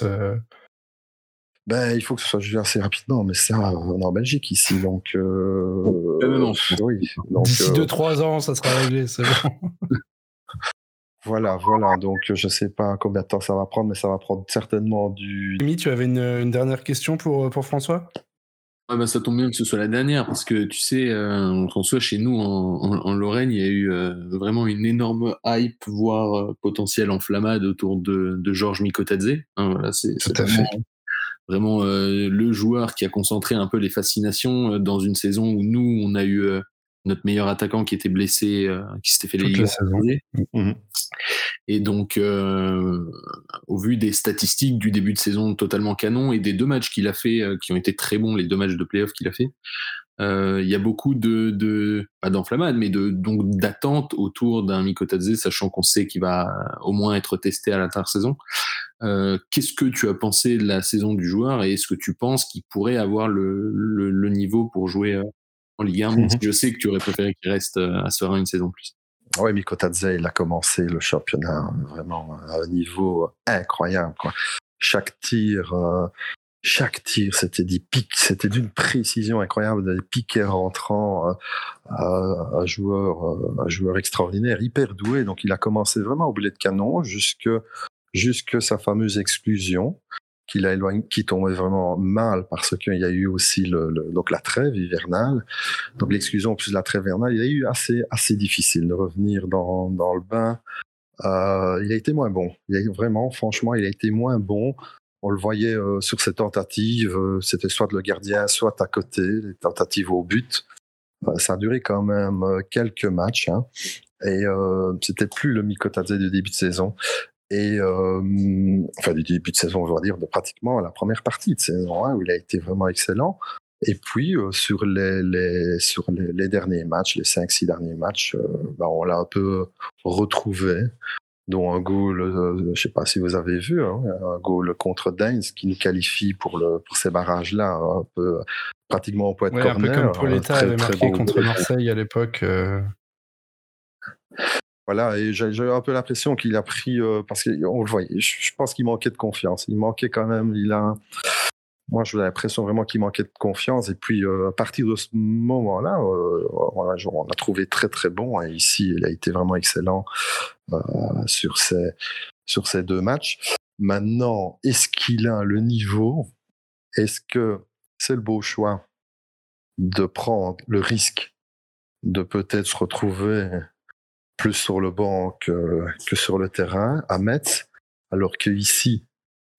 il faut que ce soit jugé assez rapidement, mais ça, on est en Belgique ici, donc... oui. D'ici 2-3 ans, ça sera réglé, c'est bon. Voilà, donc je ne sais pas combien de temps ça va prendre, mais ça va prendre certainement du... Amy, tu avais une dernière question pour François ? Ouais, ça tombe bien que ce soit la dernière, parce que tu sais, François, chez nous, en Lorraine, il y a eu vraiment une énorme hype, voire potentielle enflammade autour de Georges Mikotadze. Hein, voilà, c'est vraiment le joueur qui a concentré un peu les fascinations dans une saison où nous, on a eu notre meilleur attaquant qui était blessé, qui s'était fait les ligaments croisés. Et donc, au vu des statistiques du début de saison totalement canon et des 2 matchs qu'il a fait, qui ont été très bons, les 2 matchs de play-off qu'il a fait, il y a beaucoup pas d'enflammade, mais donc d'attente autour d'un Miko Tadze, sachant qu'on sait qu'il va au moins être testé à l'intersaison. Qu'est-ce que tu as pensé de la saison du joueur et est-ce que tu penses qu'il pourrait avoir le niveau pour jouer en Ligue 1, même si je sais que tu aurais préféré qu'il reste à Serein une saison de plus? Oui, Miko Tadze, il a commencé le championnat vraiment à un niveau incroyable, quoi. Chaque tir, c'était des pics, c'était d'une précision incroyable, des piquets rentrants, un joueur extraordinaire, hyper doué. Donc il a commencé vraiment au boulet de canon jusque sa fameuse exclusion qui tombait vraiment mal parce qu'il y a eu aussi donc la trêve hivernale. Donc l'exclusion plus la trêve hivernale, il a eu assez difficile de revenir dans le bain. Il a été moins bon. Franchement, il a été moins bon. On le voyait sur ses tentatives, c'était soit le gardien, soit à côté, les tentatives au but. Ça a duré quand même quelques matchs, hein. Et c'était plus le Miko Tadze du début de saison. Et du début de saison, on va dire, de pratiquement la première partie de saison, hein, où il a été vraiment excellent. Et puis sur les derniers matchs, les 5-6 derniers matchs, on l'a un peu retrouvé, dont un goal, je ne sais pas si vous avez vu, hein, un goal contre Deinz qui nous qualifie pour ces barrages-là, un peu pratiquement au point de corner. Un peu comme Pauletta avait marqué contre Marseille à l'époque. Voilà, et j'ai eu un peu l'impression qu'il a pris, parce qu'on le voyait, je pense qu'il manquait de confiance. Il manquait quand même, moi j'ai l'impression vraiment qu'il manquait de confiance. Et puis à partir de ce moment-là, on l'a trouvé très très bon. Et ici, il a été vraiment excellent sur ces 2 matchs. Maintenant, est-ce qu'il a le niveau? Est-ce que c'est le beau choix de prendre le risque de peut-être se retrouver plus sur le banc que sur le terrain à Metz, alors qu'ici,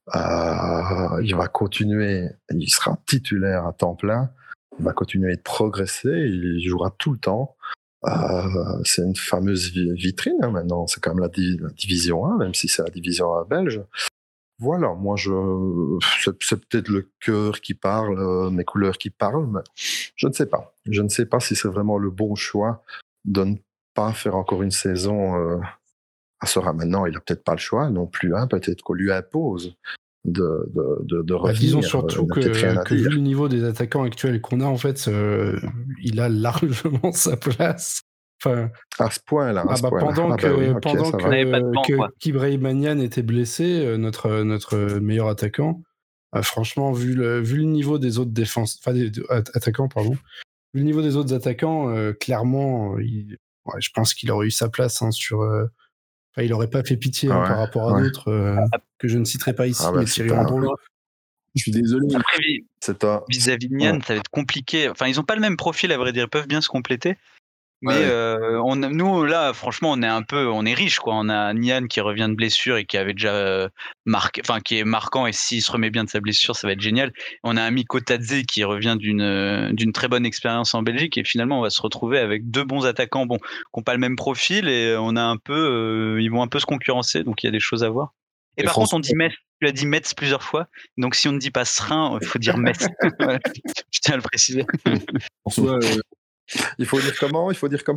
il va continuer, il sera titulaire à temps plein, il va continuer de progresser, il jouera tout le temps. C'est une fameuse vitrine, hein, maintenant, c'est quand même la division 1, même si c'est la division 1 belge. Voilà, moi, c'est peut-être le cœur qui parle, mes couleurs qui parlent, mais je ne sais pas. Je ne sais pas si c'est vraiment le bon choix de ne pas faire encore une saison à Serein. Maintenant, il n'a peut-être pas le choix non plus, hein, peut-être qu'on lui impose de revenir. Disons surtout que vu le niveau des attaquants actuels qu'on a, en fait, il a largement sa place. Enfin, à ce point-là. Pendant qu'Ibrahim Magnan était blessé, notre meilleur attaquant, franchement, vu le niveau des autres attaquants, pardon, vu le niveau des autres attaquants, clairement, je pense qu'il aurait eu sa place, hein, il n'aurait pas fait pitié par rapport à d'autres que je ne citerai pas ici, mais Thierry Androu. Je suis désolé. Après, vis-à-vis de Nian, ça va être compliqué. Enfin, ils n'ont pas le même profil, à vrai dire. Ils peuvent bien se compléter. Mais nous, là, franchement, on est riche, quoi. On a Nian qui revient de blessure et qui avait déjà marqué, enfin, qui est marquant. Et s'il se remet bien de sa blessure, ça va être génial. On a un Miko Tadze qui revient d'une très bonne expérience en Belgique. Et finalement, on va se retrouver avec 2 bons attaquants, qui n'ont pas le même profil. Et on a ils vont un peu se concurrencer. Donc, il y a des choses à voir. Et par contre, on dit Metz. Tu as dit Metz plusieurs fois. Donc, si on ne dit pas Serein, il faut dire Metz. Voilà. Je tiens à le préciser. François, il faut dire comment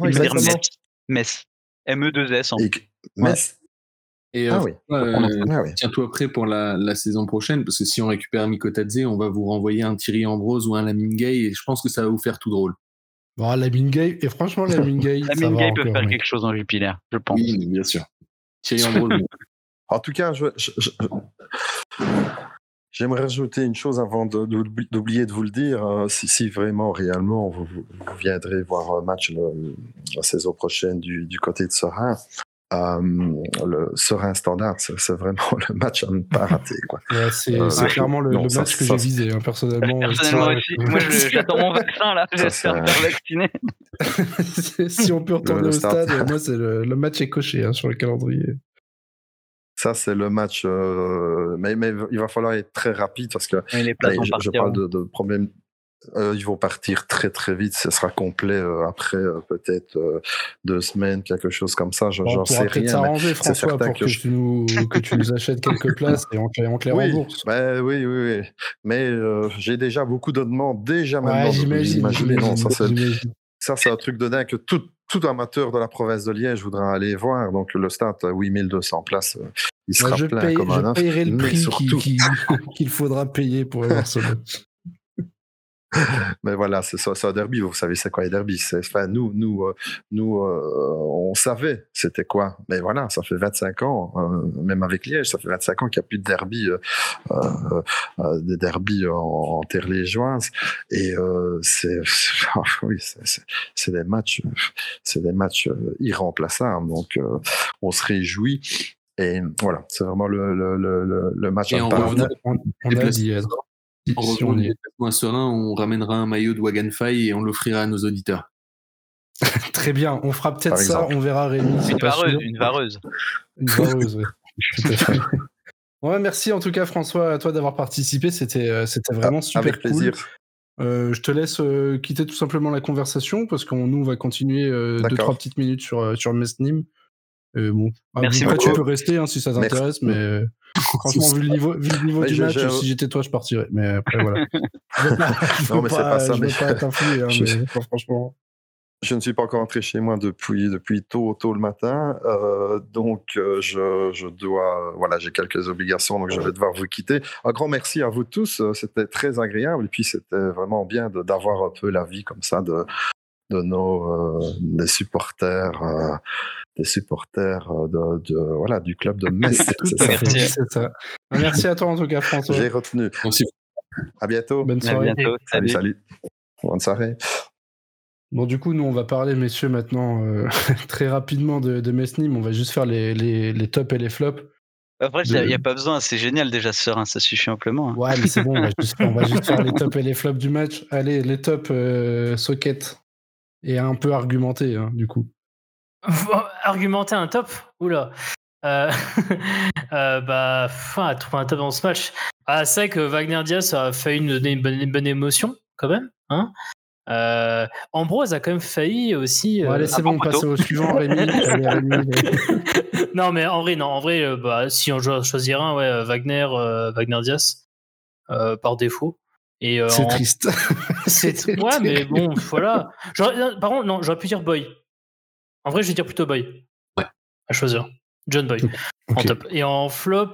Metz. M-E-2-S. Metz. Et tiens-toi prêt pour la saison prochaine, parce que si on récupère Miko Tadze, on va vous renvoyer un Thierry Ambrose ou un Lamine Gueye, et je pense que ça va vous faire tout drôle. Bon, Lamine Gueye, et franchement, Lamine Gueye, Lamine Gueye peut faire quelque chose en Jupiler, je pense. Oui, bien sûr. Thierry Ambrose. En tout cas, j'aimerais rajouter une chose avant d'oublier de vous le dire. Si vraiment, réellement, vous viendrez voir un match la saison prochaine du côté de Serein, le Serein Standard, c'est vraiment le match à ne pas rater, quoi. Ouais, c'est clairement le match que j'ai visé, hein, personnellement. Personnellement aussi. Moi, j'attends mon vaccin, là. J'espère me faire vacciner. Si on peut retourner au stade, moi, le match est coché, hein, sur le calendrier. Ça, c'est le match. Mais il va falloir être très rapide parce que Les places vont je partir. parle de problèmes. Ils vont partir très très vite. Ce sera complet après peut-être 2 semaines, quelque chose comme ça. J'en On pourra sais peut-être rien. s'arranger, c'est François, certain pour que tu nous achètes quelques places et on te les Oui, rembourse. oui. Mais j'ai déjà beaucoup de demandes, déjà Ouais, maintenant. j'imagine. Imaginez, non, J'imagine. ça, c'est un truc de dingue que tout amateur de la province de Liège voudra aller voir. Donc, le stade, 8200 places, il sera Moi, plein comme un œuf. payerai le Mais prix surtout, qu'il faudra payer pour avoir ce match. mais voilà, c'est un derby. Vous savez, c'est quoi les derbys? Enfin, nous, on savait c'était quoi. Mais voilà, ça fait 25 ans, même avec Liège, ça fait 25 ans qu'il n'y a plus de derby, des derbys en terre liégeoise. Et oui, c'est des matchs, irremplaçables. Donc, on se réjouit. Et voilà, c'est vraiment le match Et à en ne pas revenant, rater. On a dit. en Si revenant on du y est. déplacement à Serein, on ramènera un maillot de Wagenfly et on l'offrira à nos auditeurs. Très bien, on fera peut-être Par ça, exemple. on verra Rémi. c'est Une pas vareuse, sûr. une vareuse. Une vareuse, oui. Tout à fait. Ouais, merci en tout cas François à toi d'avoir participé, c'était vraiment super Avec plaisir. cool. Je te laisse quitter tout simplement la conversation parce qu'on va continuer 2-3 D'accord. petites minutes sur Mesnim. Bon, Merci après tu beaucoup. peux rester hein, si ça t'intéresse, mais franchement vu le niveau Mais du match, si j'étais toi je partirais. Mais après voilà. Je Non, mais c'est pas ça, je mais veux pas t'influer, hein, je- mais franchement. Je ne suis pas encore entré chez moi depuis tôt le matin, donc je dois, voilà, j'ai quelques obligations, donc je vais devoir vous quitter. Un grand merci à vous tous, c'était très agréable, et puis c'était vraiment bien d'avoir un peu l'avis comme ça de des supporters, voilà, du club de Metz. Tout C'est à ça. fait, Merci. c'est ça. Merci à toi en tout cas François. J'ai retenu. Merci. À bientôt. Bonne À soirée. bientôt. Salut, Salut. salut. Bonne soirée. Bon, du coup, nous, on va parler, messieurs, maintenant très rapidement de Mesnim. On va juste faire les tops et les flops. Après, il n'y a pas besoin, c'est génial déjà Serein, ça suffit amplement. Ouais, mais c'est bon, on va juste faire les tops et les flops du match. Allez, les tops socket. Et un peu argumenté, hein, du coup. Argumenter un top. Oula. Trouver un top dans ce match. Ah, c'est vrai que Wagner Diaz a failli nous donner une bonne émotion, quand même. Hein. Ambrose a quand même failli aussi. Bon, allez, c'est bon, passer au suivant, Rémi. Allez, Rémi. Non, mais en vrai, si on doit choisir un, ouais, Wagner Diaz, par défaut. Et, C'est triste. Ouais, mais bon, voilà. Par contre, non, j'aurais pu dire Boy. En vrai, je vais dire plutôt Boy. Ouais. À choisir. John Boy. Ok. En top. Et en flop.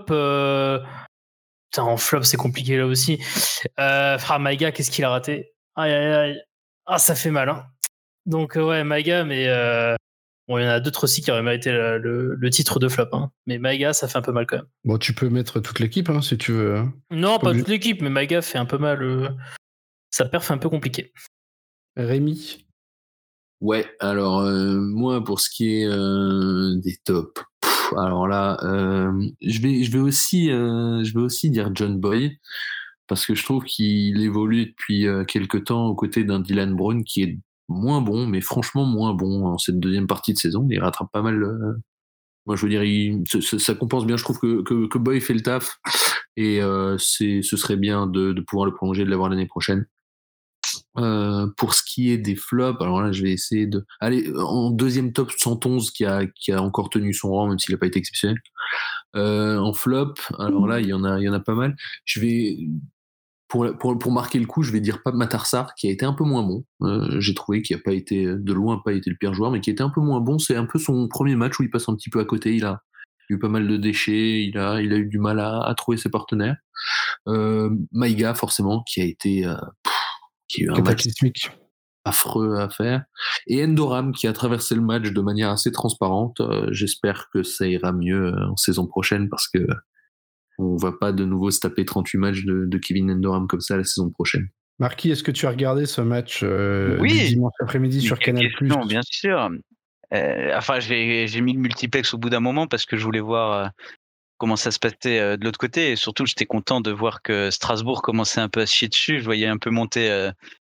En flop, c'est compliqué là aussi. Maïga, qu'est-ce qu'il a raté? Aïe, aïe, aïe. Ah, ça fait mal, hein. Donc, ouais, Maïga, mais. Bon, il y en a d'autres aussi qui auraient mérité le titre de flop. Hein. Mais Maïga, ça fait un peu mal quand même. Bon, tu peux mettre toute l'équipe, hein, si tu veux. Non, pas toute l'équipe, mais Maïga fait un peu mal. Sa perf est un peu compliqué. Rémi. Ouais, alors moi pour ce qui est des tops, alors là je vais aussi dire John Boy parce que je trouve qu'il évolue depuis quelque temps aux côtés d'un Dylan Brown qui est moins bon, mais franchement moins bon en cette deuxième partie de saison. Il rattrape pas mal. Moi je veux dire, ça compense bien. Je trouve que Boy fait le taf et ce serait bien de pouvoir le prolonger, de l'avoir l'année prochaine. Pour ce qui est des flops, alors là je vais essayer de... Allez, en deuxième top, 111 qui a encore tenu son rang même s'il n'a pas été exceptionnel. En flop, alors là il y en a pas mal. Je vais... Pour marquer le coup, je vais dire Pape Matar Sarr qui a été un peu moins bon. J'ai trouvé qu'il n'a pas été, de loin pas été le pire joueur, mais qui était un peu moins bon. C'est un peu son premier match où il passe un petit peu à côté. Il a eu pas mal de déchets, il a eu du mal à trouver ses partenaires. Maïga forcément qui a été... qui a eu un match affreux à faire. Et Endoram qui a traversé le match de manière assez transparente. J'espère que ça ira mieux en saison prochaine parce que on va pas de nouveau se taper 38 matchs de Kevin Endoram comme ça la saison prochaine. Marquis, est-ce que tu as regardé ce match Oui. du dimanche après-midi sur Canal+? Non, bien sûr. J'ai mis le multiplex au bout d'un moment parce que je voulais voir comment ça se passait de l'autre côté. Et surtout, j'étais content de voir que Strasbourg commençait un peu à se chier dessus. Je voyais un peu monter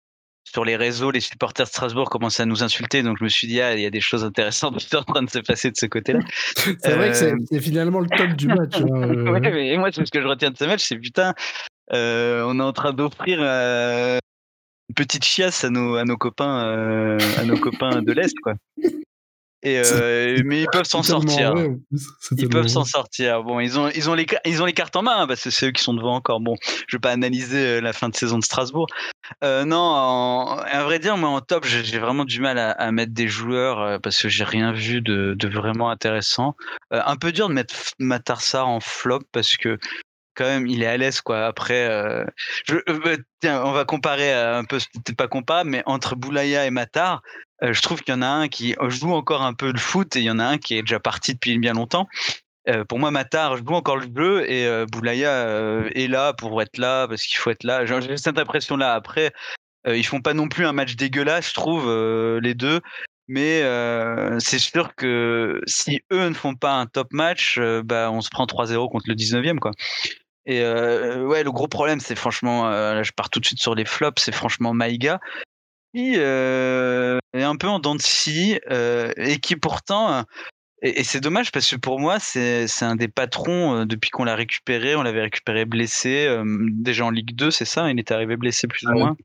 sur les réseaux, les supporters de Strasbourg commençaient à nous insulter, donc je me suis dit, il y a des choses intéressantes en train de se passer de ce côté-là. C'est vrai que c'est finalement le top du match. Ouais, mais moi, c'est ce que je retiens de ce match, c'est putain, on est en train d'offrir une petite chiasse à nos copains de l'Est, quoi. Mais ils peuvent s'en sortir. Ils peuvent s'en sortir. Bon, ils ont les cartes en main, parce que c'est eux qui sont devant encore. Bon, je vais pas analyser la fin de saison de Strasbourg. Non, à vrai dire, moi en top, j'ai vraiment du mal à mettre des joueurs parce que j'ai rien vu de vraiment intéressant. Un peu dur de mettre Matar Sarr en flop parce que quand même il est à l'aise, quoi. Après, tiens, on va comparer un peu, c'était pas comparable, mais entre Boulaya et Matar, je trouve qu'il y en a un qui joue encore un peu le foot et il y en a un qui est déjà parti depuis bien longtemps. Pour moi, Matar joue encore le jeu et Boulaya est là pour être là parce qu'il faut être là. J'ai cette impression-là. Après, ils font pas non plus un match dégueulasse, je trouve, les deux. Mais c'est sûr que si eux ne font pas un top match, on se prend 3-0 contre le 19e, quoi. Et ouais, le gros problème, c'est franchement, là je pars tout de suite sur les flops, c'est franchement Maïga qui est un peu en dents de scie et qui pourtant et c'est dommage parce que pour moi c'est un des patrons depuis qu'on l'a récupéré. On l'avait récupéré blessé déjà en Ligue 2, c'est ça, il était arrivé blessé plus ou moins.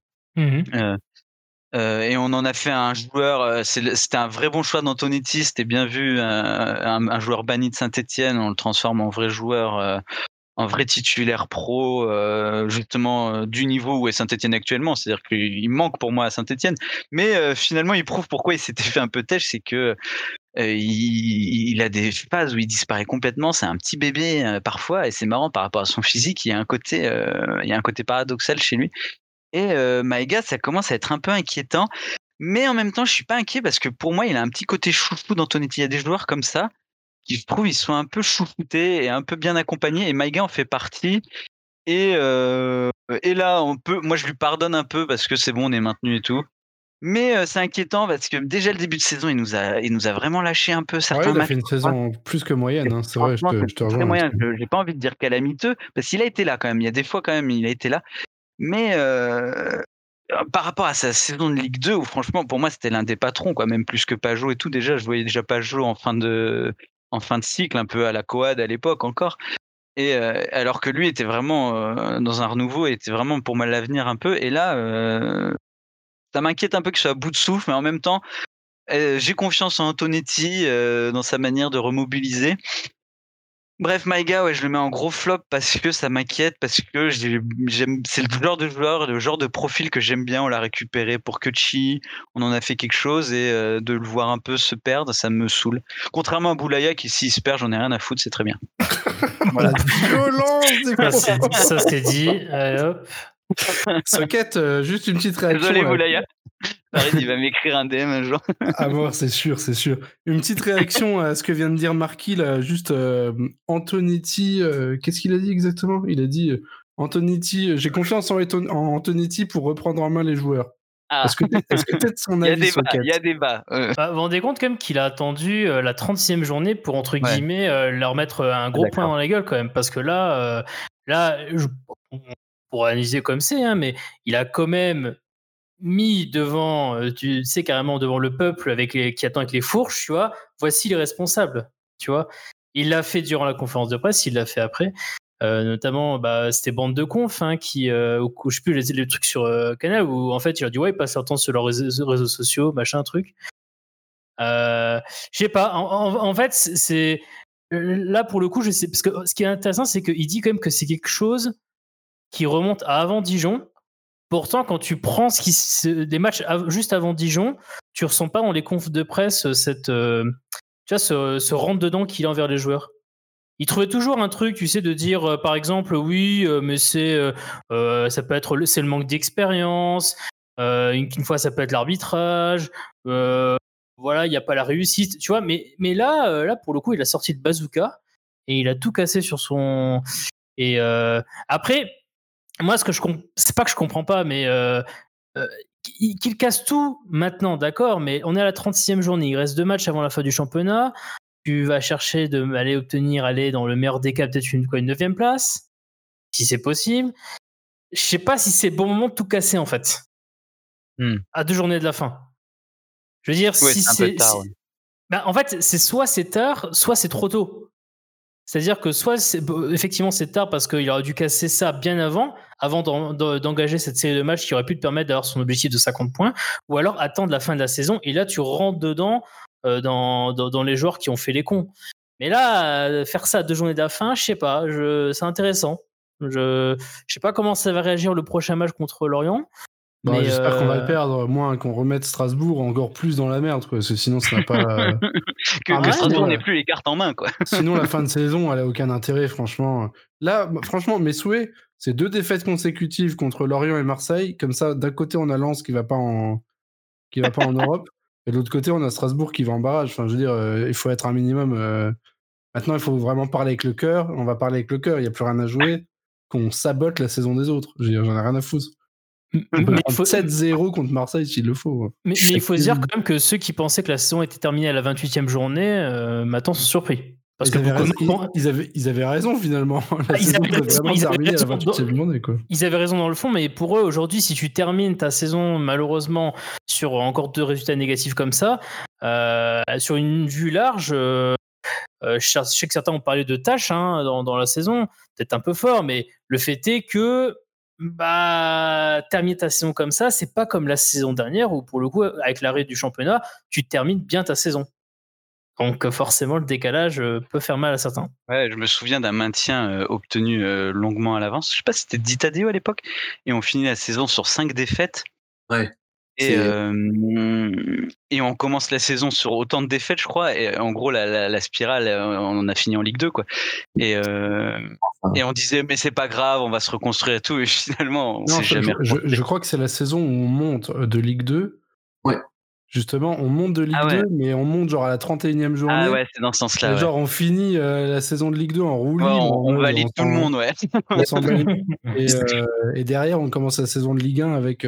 Et on en a fait un joueur, c'était un vrai bon choix d'Antonetti, c'était bien vu, un joueur banni de Saint-Etienne, on le transforme en vrai joueur, en vrai titulaire pro, justement du niveau où est Saint-Etienne actuellement. C'est-à-dire qu'il manque pour moi à Saint-Etienne, mais finalement il prouve pourquoi il s'était fait un peu têche, c'est que il a des phases où il disparaît complètement. C'est un petit bébé parfois, et c'est marrant par rapport à son physique. Il y a un côté paradoxal chez lui. Et Maïga, ça commence à être un peu inquiétant, mais en même temps, je suis pas inquiet parce que pour moi, il a un petit côté chouchou d'Antonetti. Il y a des joueurs comme ça qui, je trouve, ils sont un peu chouchoutés et un peu bien accompagnés, et Maïga en fait partie. Et là, moi, je lui pardonne un peu parce que c'est bon, on est maintenu et tout. Mais c'est inquiétant parce que déjà le début de saison, il nous a vraiment lâché un peu certains il a matchs. fait une saison plus que moyenne, hein, c'est vrai, je te rejoins. Très moyen. J'ai pas envie de dire calamiteux parce qu'il a été là quand même. Il y a des fois quand même, il a été là. Mais par rapport à sa saison de Ligue 2, où franchement, pour moi, c'était l'un des patrons, quoi, même plus que Pajot et tout. Déjà, je voyais déjà Pajot en fin de cycle, un peu à la Coad à l'époque encore. Et alors que lui était vraiment dans un renouveau, et était vraiment pour moi l'avenir un peu. Et là, ça m'inquiète un peu que je sois à bout de souffle, mais en même temps, j'ai confiance en Antonetti dans sa manière de remobiliser. Bref, Maïga, ouais, je le mets en gros flop parce que ça m'inquiète, parce que c'est le genre de joueur, le genre de profil que j'aime bien. On l'a récupéré pour Kutchi, on en a fait quelque chose, et de le voir un peu se perdre, ça me saoule. Contrairement à Boulaya qui, s'il se perd, j'en ai rien à foutre, c'est très bien. Voilà. Violence. Ça c'est dit. Allez, hop. Socket, juste une petite réaction. Désolé, Boulaya. Arrête, il va m'écrire un DM un jour. Ah bon, c'est sûr. Une petite réaction à ce que vient de dire Marquis, là, juste Antonetti, qu'est-ce qu'il a dit exactement ? Il a dit Antonetti, j'ai confiance en Antonetti pour reprendre en main les joueurs. Ah. Est-ce que peut-être son avis, Socket ? Il y a débat. Vous vous rendez compte quand même qu'il a attendu la 30e journée pour, entre guillemets, leur mettre un gros point dans la gueule quand même, parce que là, on pourrait analyser comme c'est, hein, mais il a quand même mis devant, tu sais, carrément devant le peuple qui attend avec les fourches, tu vois, voici les responsables, tu vois. Il l'a fait durant la conférence de presse, il l'a fait après. Notamment, c'était Bande de Conf qui, je sais plus, les trucs sur Canal, où en fait il leur dit ils passent leur temps sur leurs réseaux sociaux, machin, truc. Je sais pas, en fait, c'est là pour le coup, je sais, parce que ce qui est intéressant, c'est qu'il dit quand même que c'est quelque chose qui remonte à avant Dijon. Pourtant, quand tu prends des matchs juste avant Dijon, tu ressens pas dans les confs de presse ce rentre-dedans qu'il a envers les joueurs. Il trouvait toujours un truc, tu sais, de dire, par exemple, oui, mais ça peut être, c'est le manque d'expérience. Une fois, ça peut être l'arbitrage. Voilà, il n'y a pas la réussite, tu vois. Mais là, pour le coup, il a sorti le bazooka et il a tout cassé sur son. Et après. Moi, c'est pas que je comprends pas, mais qu'il casse tout maintenant, d'accord, mais on est à la 36e journée, il reste 2 matchs avant la fin du championnat, tu vas chercher d'aller obtenir, dans le meilleur des cas, peut-être une 9e place, si c'est possible. Je sais pas si c'est le bon moment de tout casser, en fait. à 2 journées de la fin. Je veux dire, Ouais, si c'est un peu tard. Ouais. en fait, c'est soit c'est tard, soit c'est trop tôt. C'est-à-dire que soit effectivement c'est tard parce qu'il aurait dû casser ça bien avant d'engager cette série de matchs qui aurait pu te permettre d'avoir son objectif de 50 points, ou alors attendre la fin de la saison et là tu rentres dedans dans les joueurs qui ont fait les cons. Mais là, faire ça à 2 journées de la fin, je sais pas, c'est intéressant. Je sais pas comment ça va réagir le prochain match contre Lorient. Mais j'espère qu'on va le perdre, moins qu'on remette Strasbourg encore plus dans la merde, quoi, parce que sinon ça n'a pas. que Strasbourg n'ait plus les cartes en main, quoi. Sinon la fin de saison, elle a aucun intérêt, franchement. Là, franchement, mes souhaits, c'est 2 défaites consécutives contre Lorient et Marseille. Comme ça, d'un côté on a Lens qui va pas en Europe, et de l'autre côté on a Strasbourg qui va en barrage. Enfin, je veux dire, il faut être un minimum. Maintenant, il faut vraiment parler avec le cœur. On va parler avec le cœur. Il n'y a plus rien à jouer. Qu'on sabote la saison des autres. J'en ai rien à foutre. On peut prendre 7-0 contre Marseille s'il le faut. Mais il faut se dire quand même que ceux qui pensaient que la saison était terminée à la 28e journée, maintenant sont surpris. Parce ils avaient raison finalement. La saison était vraiment terminée à la 28e journée, quoi. Ils avaient raison dans le fond, mais pour eux, aujourd'hui, si tu termines ta saison malheureusement sur encore 2 résultats négatifs comme ça, sur une vue large, je sais que certains ont parlé de tâches dans la saison, peut-être un peu fort, mais le fait est que terminer ta saison comme ça, c'est pas comme la saison dernière où pour le coup, avec l'arrêt du championnat, tu termines bien ta saison. Donc forcément, le décalage peut faire mal à certains. Ouais, je me souviens d'un maintien obtenu longuement à l'avance. Je sais pas si c'était Ditadeo à l'époque, et on finit la saison sur 5 défaites. Ouais. Et on commence la saison sur autant de défaites, je crois. Et en gros, la spirale, on a fini en Ligue 2, quoi. Et on disait, mais c'est pas grave, on va se reconstruire et tout. Et finalement, on s'est jamais reconstruit. Je crois que c'est la saison où on monte de Ligue 2. Ouais. Justement, on monte de Ligue 2, mais on monte genre à la 31e journée. Ah ouais, c'est dans ce sens-là. Et genre, on finit la saison de Ligue 2 en roue libre. On valide tout le monde, ouais. On s'en bat et derrière, on commence la saison de Ligue 1 avec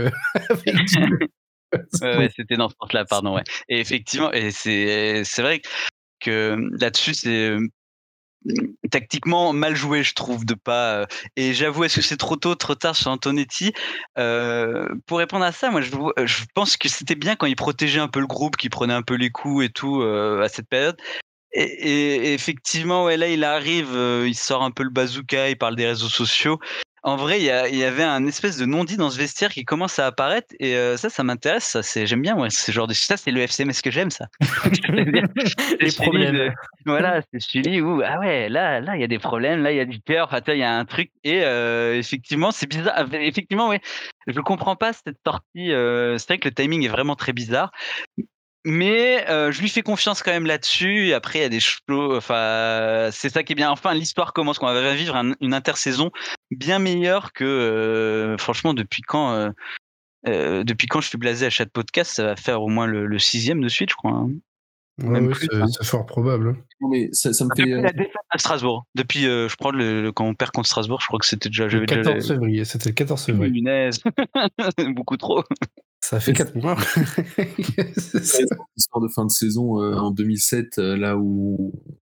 ouais, c'était dans ce sens-là, pardon, ouais. Et effectivement, et c'est vrai que là-dessus, c'est tactiquement mal joué, je trouve, de pas. Et j'avoue, est-ce que c'est trop tôt, trop tard sur Antonetti? Pour répondre à ça, moi, je pense que c'était bien quand il protégeait un peu le groupe, qu'il prenait un peu les coups et tout à cette période. Et effectivement, ouais, là, il arrive, il sort un peu le bazooka, il parle des réseaux sociaux. En vrai, il y avait un espèce de non-dit dans ce vestiaire qui commence à apparaître, et ça m'intéresse. J'aime bien, ouais, ce genre de. Ça, c'est le FCMS que j'aime, ça. Les problèmes. Voilà, c'est celui où ouais, là, il y a des problèmes, là, il y a du cœur, il y a un truc, et effectivement, c'est bizarre. Effectivement, ouais, je comprends pas cette sortie. C'est vrai que le timing est vraiment très bizarre. Mais je lui fais confiance quand même là-dessus. Et après, il y a des choses. Enfin, c'est ça qui est bien. Enfin, l'histoire commence. On va vivre une intersaison bien meilleure que franchement depuis quand je suis blasé à chaque podcast. Ça va faire au moins le 6e de suite, je crois. Hein. Ouais, c'est fort probable. Mais ça me fait. Depuis la défaite à Strasbourg. Depuis, je crois, quand on perd contre Strasbourg, je crois que c'était déjà. Le 14 février. C'était le 14 février. Lunaise. Beaucoup trop. Ça fait 4 mois. C'est l'histoire de fin de saison en 2007, là où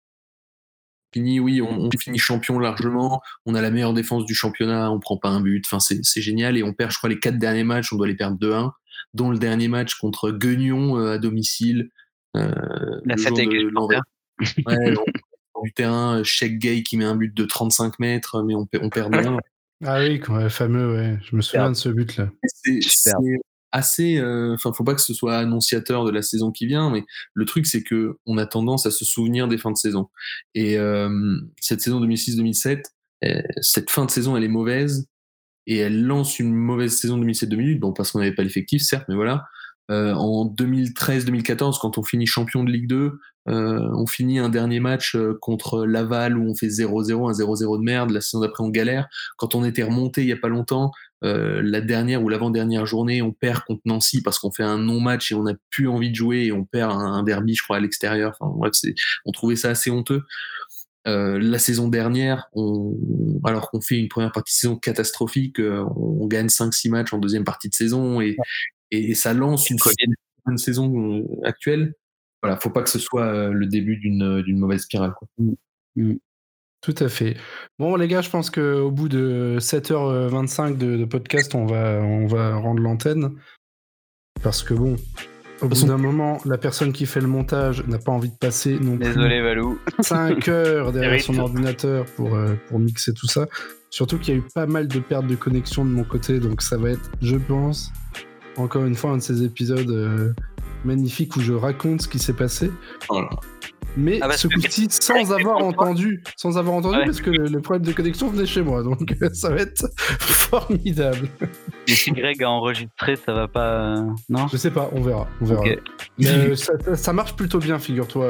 on finit champion largement, on a la meilleure défense du championnat, on prend pas un but, enfin c'est génial, et on perd, je crois, les 4 derniers matchs, on doit les perdre 2-1, dont le dernier match contre Guignon à domicile. La fête avec les l'envers du terrain, Sheikh Gay qui met un but de 35 mètres, mais on perd 2-1. Ah oui, fameux, ouais. Je me souviens de ce but-là. C'est assez. Faut pas que ce soit annonciateur de la saison qui vient, mais le truc, c'est que on a tendance à se souvenir des fins de saison. Et cette saison 2006-2007, cette fin de saison, elle est mauvaise, et elle lance une mauvaise saison 2007-2008. Bon, parce qu'on n'avait pas l'effectif, certes, mais voilà. En 2013-2014, quand on finit champion de Ligue 2, on finit un dernier match contre Laval où on fait 0-0, un 0-0 de merde. La saison d'après, on galère. Quand on était remonté il y a pas longtemps, la dernière ou l'avant-dernière journée, on perd contre Nancy parce qu'on fait un non-match et on n'a plus envie de jouer, et on perd un derby, je crois, à l'extérieur. Enfin, bref, on trouvait ça assez honteux. La saison dernière, alors qu'on fait une première partie de saison catastrophique, on gagne 5-6 matchs en deuxième partie de saison, et ça lance une saison actuelle. Voilà, faut pas que ce soit le début d'une mauvaise spirale, quoi. Tout à fait. Bon, les gars, je pense qu'au bout de 7h25 de podcast, on va rendre l'antenne. Parce que bon, au bout d'un moment, la personne qui fait le montage n'a pas envie de passer non plus Désolé, Valou. 5 heures derrière son Hérite. ordinateur pour mixer tout ça. Surtout qu'il y a eu pas mal de pertes de connexion de mon côté, donc ça va être, je pense, encore une fois, un de ces épisodes magnifiques où je raconte ce qui s'est passé. Voilà. Mais Ah, parce ce que coup-ci, sans avec avoir les entendu, Ouais. parce que le problème de connexion venait chez moi, donc ça va être formidable. Mais si Greg a enregistré, ça va pas. Non. Je sais pas, on verra. Ok. Mais ça marche plutôt bien, figure-toi.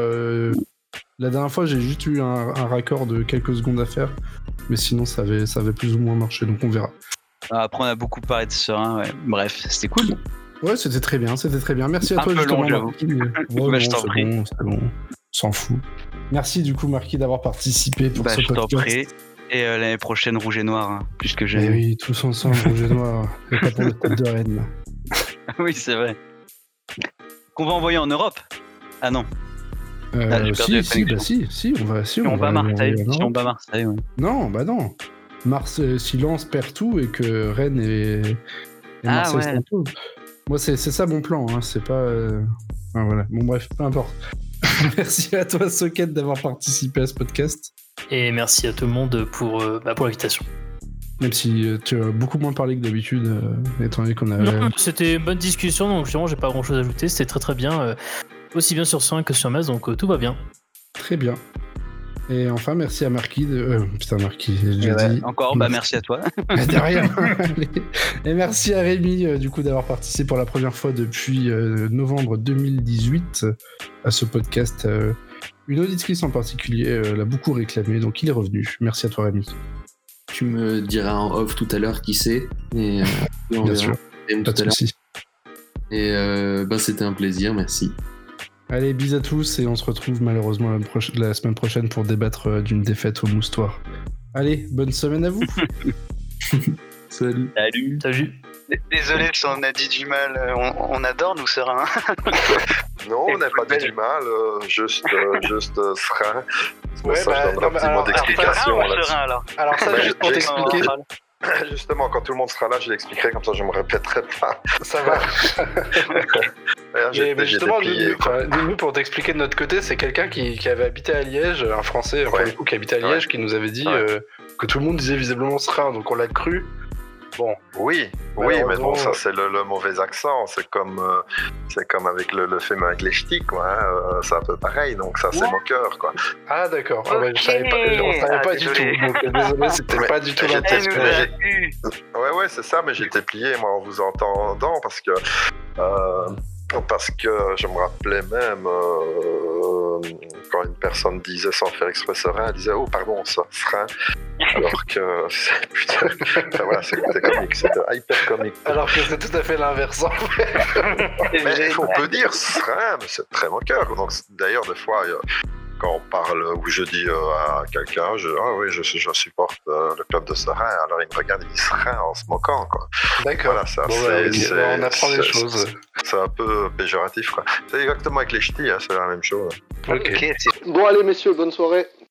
La dernière fois, j'ai juste eu un raccord de quelques secondes à faire, mais sinon, ça avait plus ou moins marché, donc on verra. Après, on a beaucoup parlé de Serein, ouais. Bref, c'était cool. Ouais, c'était très bien. Merci à Un toi, peu justement, long, j'avoue. Marquis. Ouais, Bah, je t'en c'est prie. bon, c'est bon. On s'en fout. Merci, du coup, Marquis, d'avoir participé pour ce Je t'en podcast. prie. Et l'année prochaine, Rouge et Noir, hein, puisque j'ai. Eh oui, tous ensemble, rouge et noir. Et pas pour le stade de Rennes. Oui, c'est vrai. Qu'on va envoyer en Europe. Ah non. J'ai perdu la Si, on va. Si on bat Marseille. Si on bat Marseille, ouais. Non, bah non. Si Lens perd tout et que Rennes et Ah, Marseille ouais. s'imposent. Moi, c'est ça mon plan. Hein. C'est pas. Enfin, voilà. Bon, bref, peu importe. Merci à toi, Socket, d'avoir participé à ce podcast. Et merci à tout le monde pour l'invitation. Même si tu as beaucoup moins parlé que d'habitude, étant donné qu'on a. Non, c'était une bonne discussion, donc justement, j'ai pas grand chose à ajouter. C'était très très bien, aussi bien sur Soin que sur Metz, donc tout va bien. Très bien. Et enfin, merci à Marquis Marquis, j'ai déjà dit. Encore, merci à toi. De rien. Et merci à Rémi, du coup, d'avoir participé pour la première fois depuis novembre 2018 à ce podcast. Une auditrice en particulier l'a beaucoup réclamé, donc il est revenu. Merci à toi, Rémi. Tu me diras en off tout à l'heure qui c'est. Et on Bien verra. sûr, Tout pas à de l'heure. soucis. Et c'était un plaisir, merci. Allez, bis à tous, et on se retrouve malheureusement la semaine prochaine pour débattre d'une défaite au Moustoir. Allez, bonne semaine à vous. Salut. Salut. Salut. Désolé si on a dit du mal. On adore, nous, Serein. Non, on n'a pas dit du mal, juste frein. C'est pour ça que je donnerai un petit mot d'explication là-dessus. alors. Alors ça, Ouais, juste pour j'ai t'expliquer, Justement, quand tout le monde sera là, je l'expliquerai, comme ça je me répéterai pas. ça va. D'ailleurs, Mais justement, plié, nous, pour t'expliquer de notre côté, c'est quelqu'un qui avait habité à Liège, un Français, pour le coup, qui habitait à Liège, qui nous avait dit que tout le monde disait visiblement Serein, donc on l'a cru. Bon. Oui, mais bon, ça c'est le mauvais accent. C'est comme avec le film avec les ch'tis, quoi. Hein. C'est un peu pareil, donc ça c'est moqueur, quoi. Ah d'accord, je savais pas du tout. Donc désolé, c'était pas du tout l'intention. Ouais, c'est ça, mais j'étais plié, moi, en vous entendant, parce que je me rappelais même quand une personne disait sans faire exprès Serein, elle disait oh pardon, ça frein, alors que putain, enfin, voilà, c'était comique, c'était hyper comique. Alors que c'est tout à fait l'inverse. Mais on peut dire Serein, mais c'est très moqueur. Donc d'ailleurs des fois quand on parle ou je dis à quelqu'un, je supporte le club de Serein, alors il me regarde, il dit Serein en se moquant, quoi. D'accord. Voilà, ça, on apprend des choses. C'est un peu péjoratif, quoi. C'est exactement avec les ch'tis, hein, c'est la même chose. Ok. Bon allez messieurs, bonne soirée.